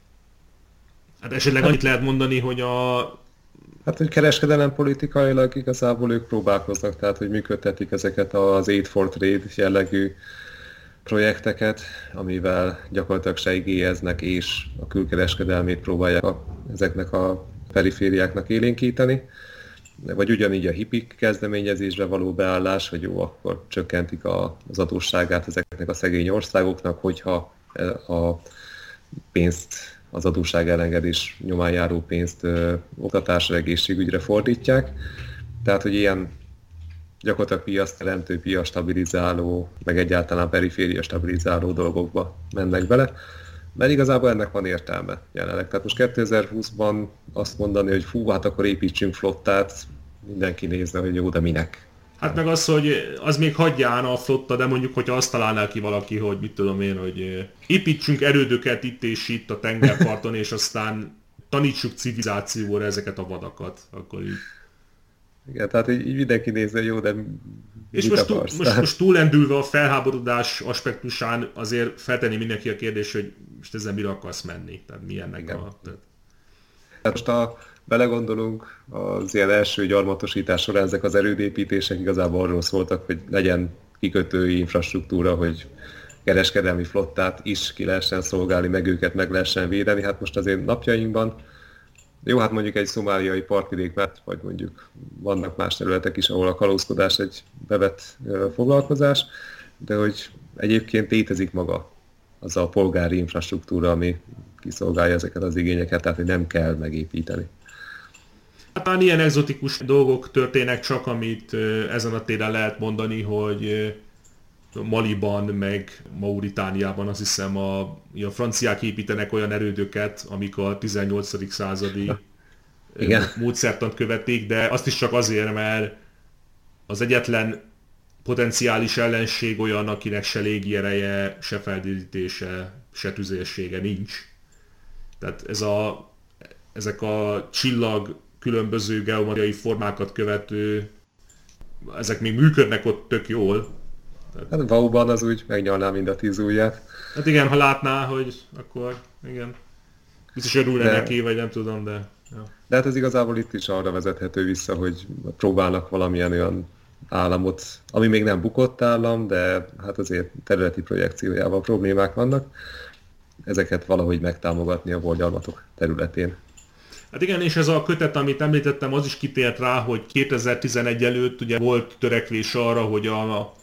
Hát esetleg annyit lehet mondani, hogy a... Hát, hogy kereskedelem politikailag igazából ők próbálkoznak, tehát, hogy működtetik ezeket az Aid for Trade jellegű projekteket, amivel gyakorlatilag segélyeznek és a külkereskedelmét próbálják a, ezeknek a perifériáknak élénkíteni. Vagy ugyanígy a hippik kezdeményezésre való beállás, hogy jó, akkor csökkentik a, az adósságát ezeknek a szegény országoknak, hogyha a pénzt, az adósság elengedés nyomán járó pénzt ö, oktatásra, egészségügyre fordítják. Tehát, hogy ilyen gyakorlatilag piac teremtő, piac stabilizáló, meg egyáltalán periféria stabilizáló dolgokba mennek bele, mert igazából ennek van értelme jelenleg. Tehát most kétezer-húszban azt mondani, hogy fú, hát akkor építsünk flottát, mindenki nézne, hogy jó, de minek? Hát meg az, hogy az még hagyján a flotta, de mondjuk, hogyha azt találnál ki valaki, hogy mit tudom én, hogy építsünk erődöket itt és itt a tengerparton, és aztán tanítsuk civilizációra ezeket a vadakat, akkor így. Igen, tehát így, így mindenki nézze, jó, de és most, túl, most, most túlendülve a felháborodás aspektusán azért feltenni mindenki a kérdés, hogy most ezzel mire akarsz menni, tehát milyennek igen. a... Tehát... Hát most ha belegondolunk, az ilyen első gyarmatosítás során ezek az erődépítések igazából arról szóltak, hogy legyen kikötői infrastruktúra, hogy kereskedelmi flottát is ki lehessen szolgálni, meg őket meg lehessen védeni. Hát most azért napjainkban, jó, hát mondjuk egy szomáliai partvidék, mert vagy mondjuk vannak más területek is, ahol a kalózkodás egy bevett foglalkozás, de hogy egyébként létezik maga az a polgári infrastruktúra, ami kiszolgálja ezeket az igényeket, tehát hogy nem kell megépíteni. Hát ilyen egzotikus dolgok történnek csak, amit ezen a téren lehet mondani, hogy Maliban, meg Mauritániában azt hiszem a, a franciák építenek olyan erődöket, amik a tizennyolcadik századi igen. módszertant követik, de azt is csak azért, mert az egyetlen potenciális ellenség olyan, akinek se légiereje, se feldírítése, se tüzérsége nincs. Tehát ez a, ezek a csillag különböző geometriai formákat követő, ezek még működnek ott tök jól. Hát Vauban az úgy megnyalná mind a tíz ujját. Hát igen, ha látná, hogy akkor igen. Biztos örülne neki, vagy nem tudom, de... Ja. De hát ez igazából itt is arra vezethető vissza, hogy próbálnak valamilyen olyan államot, ami még nem bukott állam, de hát azért területi projekciójával problémák vannak, ezeket valahogy megtámogatni a bolgyarmatok területén. Hát igen, és ez a kötet, amit említettem, az is kitért rá, hogy kétezer-tizenegy előtt ugye volt törekvés arra, hogy a, a,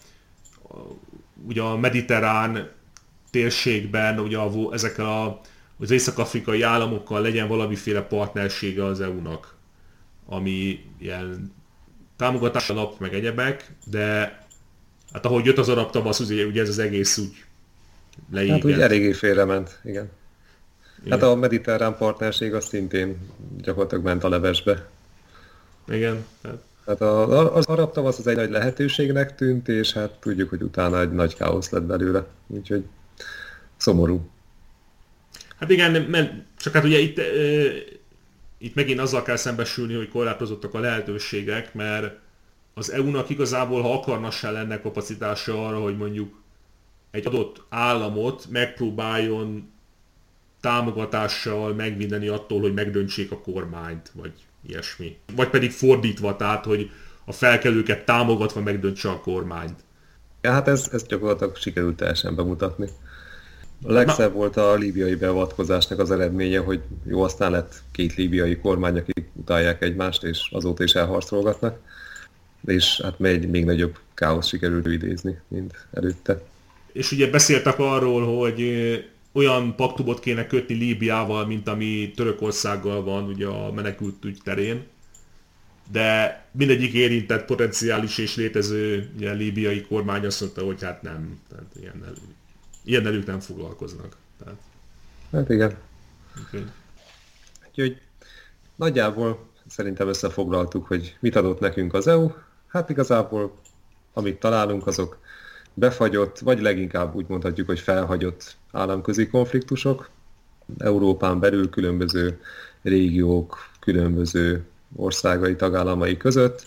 ugye a mediterrán térségben ugye a, ezekkel a, az észak-afrikai államokkal legyen valamiféle partnersége az é u-nak, ami ilyen támogatás alap, meg egyebek, de hát ahogy jött az arab tavasz, ugye, ugye ez az egész úgy leégett. Hát úgy eléggé félrement, igen. igen. Hát a mediterrán partnerség az szintén gyakorlatilag ment a levesbe. Igen. Hát. Hát a, az arab tavasz az egy nagy lehetőségnek tűnt, és hát tudjuk, hogy utána egy nagy káosz lett belőle. Úgyhogy szomorú. Hát igen, mert csak hát ugye itt, e, itt megint azzal kell szembesülni, hogy korlátozottak a lehetőségek, mert az é u-nak igazából, ha akarna, se lenne kapacitása arra, hogy mondjuk egy adott államot megpróbáljon támogatással megvédeni attól, hogy megdöntsék a kormányt, vagy ilyesmi. Vagy pedig fordítva, tehát, hogy a felkelőket támogatva megdöntse a kormányt. Ja, hát ez, ez gyakorlatilag sikerült teljesen bemutatni. A legszebb volt a líbiai beavatkozásnak az eredménye, hogy jó, aztán lett két líbiai kormány, akik utálják egymást, és azóta is elharcolgatnak. És hát még, még nagyobb káosz sikerült idézni, mint előtte. És ugye beszéltek arról, hogy olyan paktumot kéne kötni Líbiával, mint ami Törökországgal van ugye a menekültügy terén. De mindegyik érintett potenciális és létező ugye, líbiai kormány azt mondta, hogy hát nem, tehát ilyennel, ilyennel ők nem foglalkoznak. Tehát... Hát igen. Okay. Úgyhogy nagyjából szerintem összefoglaltuk, hogy mit adott nekünk az é u. Hát igazából, amit találunk, azok befagyott, vagy leginkább úgy mondhatjuk, hogy felhagyott államközi konfliktusok. Európán belül különböző régiók, különböző országai, tagállamai között.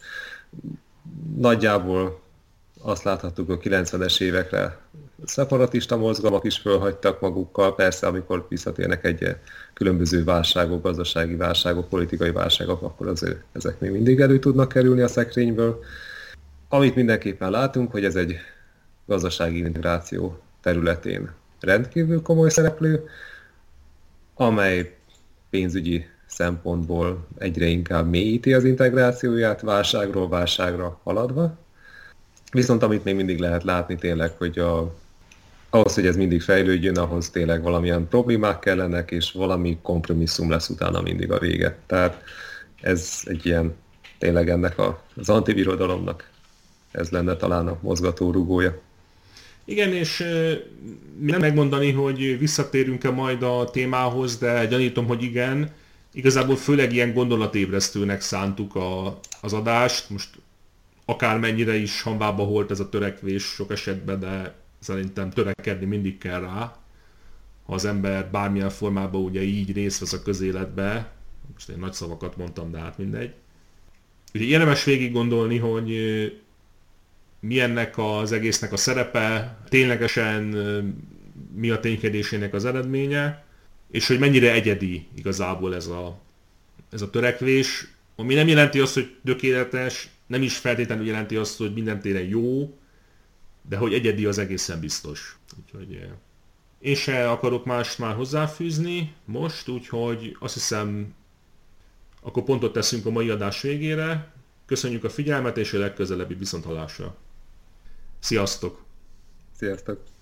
Nagyjából azt láthattuk, a kilencvenes évekre szeparatista mozgalmak is fölhagytak magukkal, persze amikor visszatérnek egy különböző válságok, gazdasági válságok, politikai válságok, akkor azért ezek még mindig elő tudnak kerülni a szekrényből. Amit mindenképpen látunk, hogy ez egy gazdasági integráció területén rendkívül komoly szereplő, amely pénzügyi szempontból egyre inkább mélyíti az integrációját, válságról válságra haladva. Viszont amit még mindig lehet látni tényleg, hogy a, ahhoz, hogy ez mindig fejlődjön, ahhoz tényleg valamilyen problémák kellenek, és valami kompromisszum lesz utána mindig a vége. Tehát ez egy ilyen tényleg ennek a, az antibirodalomnak ez lenne talán a mozgatórugója. Igen, és nem megmondani, hogy visszatérünk-e majd a témához, de gyanítom, hogy igen. Igazából főleg ilyen gondolatébresztőnek szántuk a, az adást. Most akármennyire is hanvába volt ez a törekvés sok esetben, de szerintem törekedni mindig kell rá. Ha az ember bármilyen formában ugye így részt vesz a közéletbe, most én nagy szavakat mondtam, de hát mindegy. Ugye érdemes végig gondolni, hogy mi ennek az egésznek a szerepe, ténylegesen mi a ténykedésének az eredménye, és hogy mennyire egyedi igazából ez a, ez a törekvés, ami nem jelenti azt, hogy tökéletes, nem is feltétlenül jelenti azt, hogy minden téren jó, de hogy egyedi az egészen biztos. Úgyhogy én se akarok mást már hozzáfűzni most, úgyhogy azt hiszem, akkor pontot teszünk a mai adás végére. Köszönjük a figyelmet, és a legközelebbi viszonthallásra. Sziasztok! Sziasztok!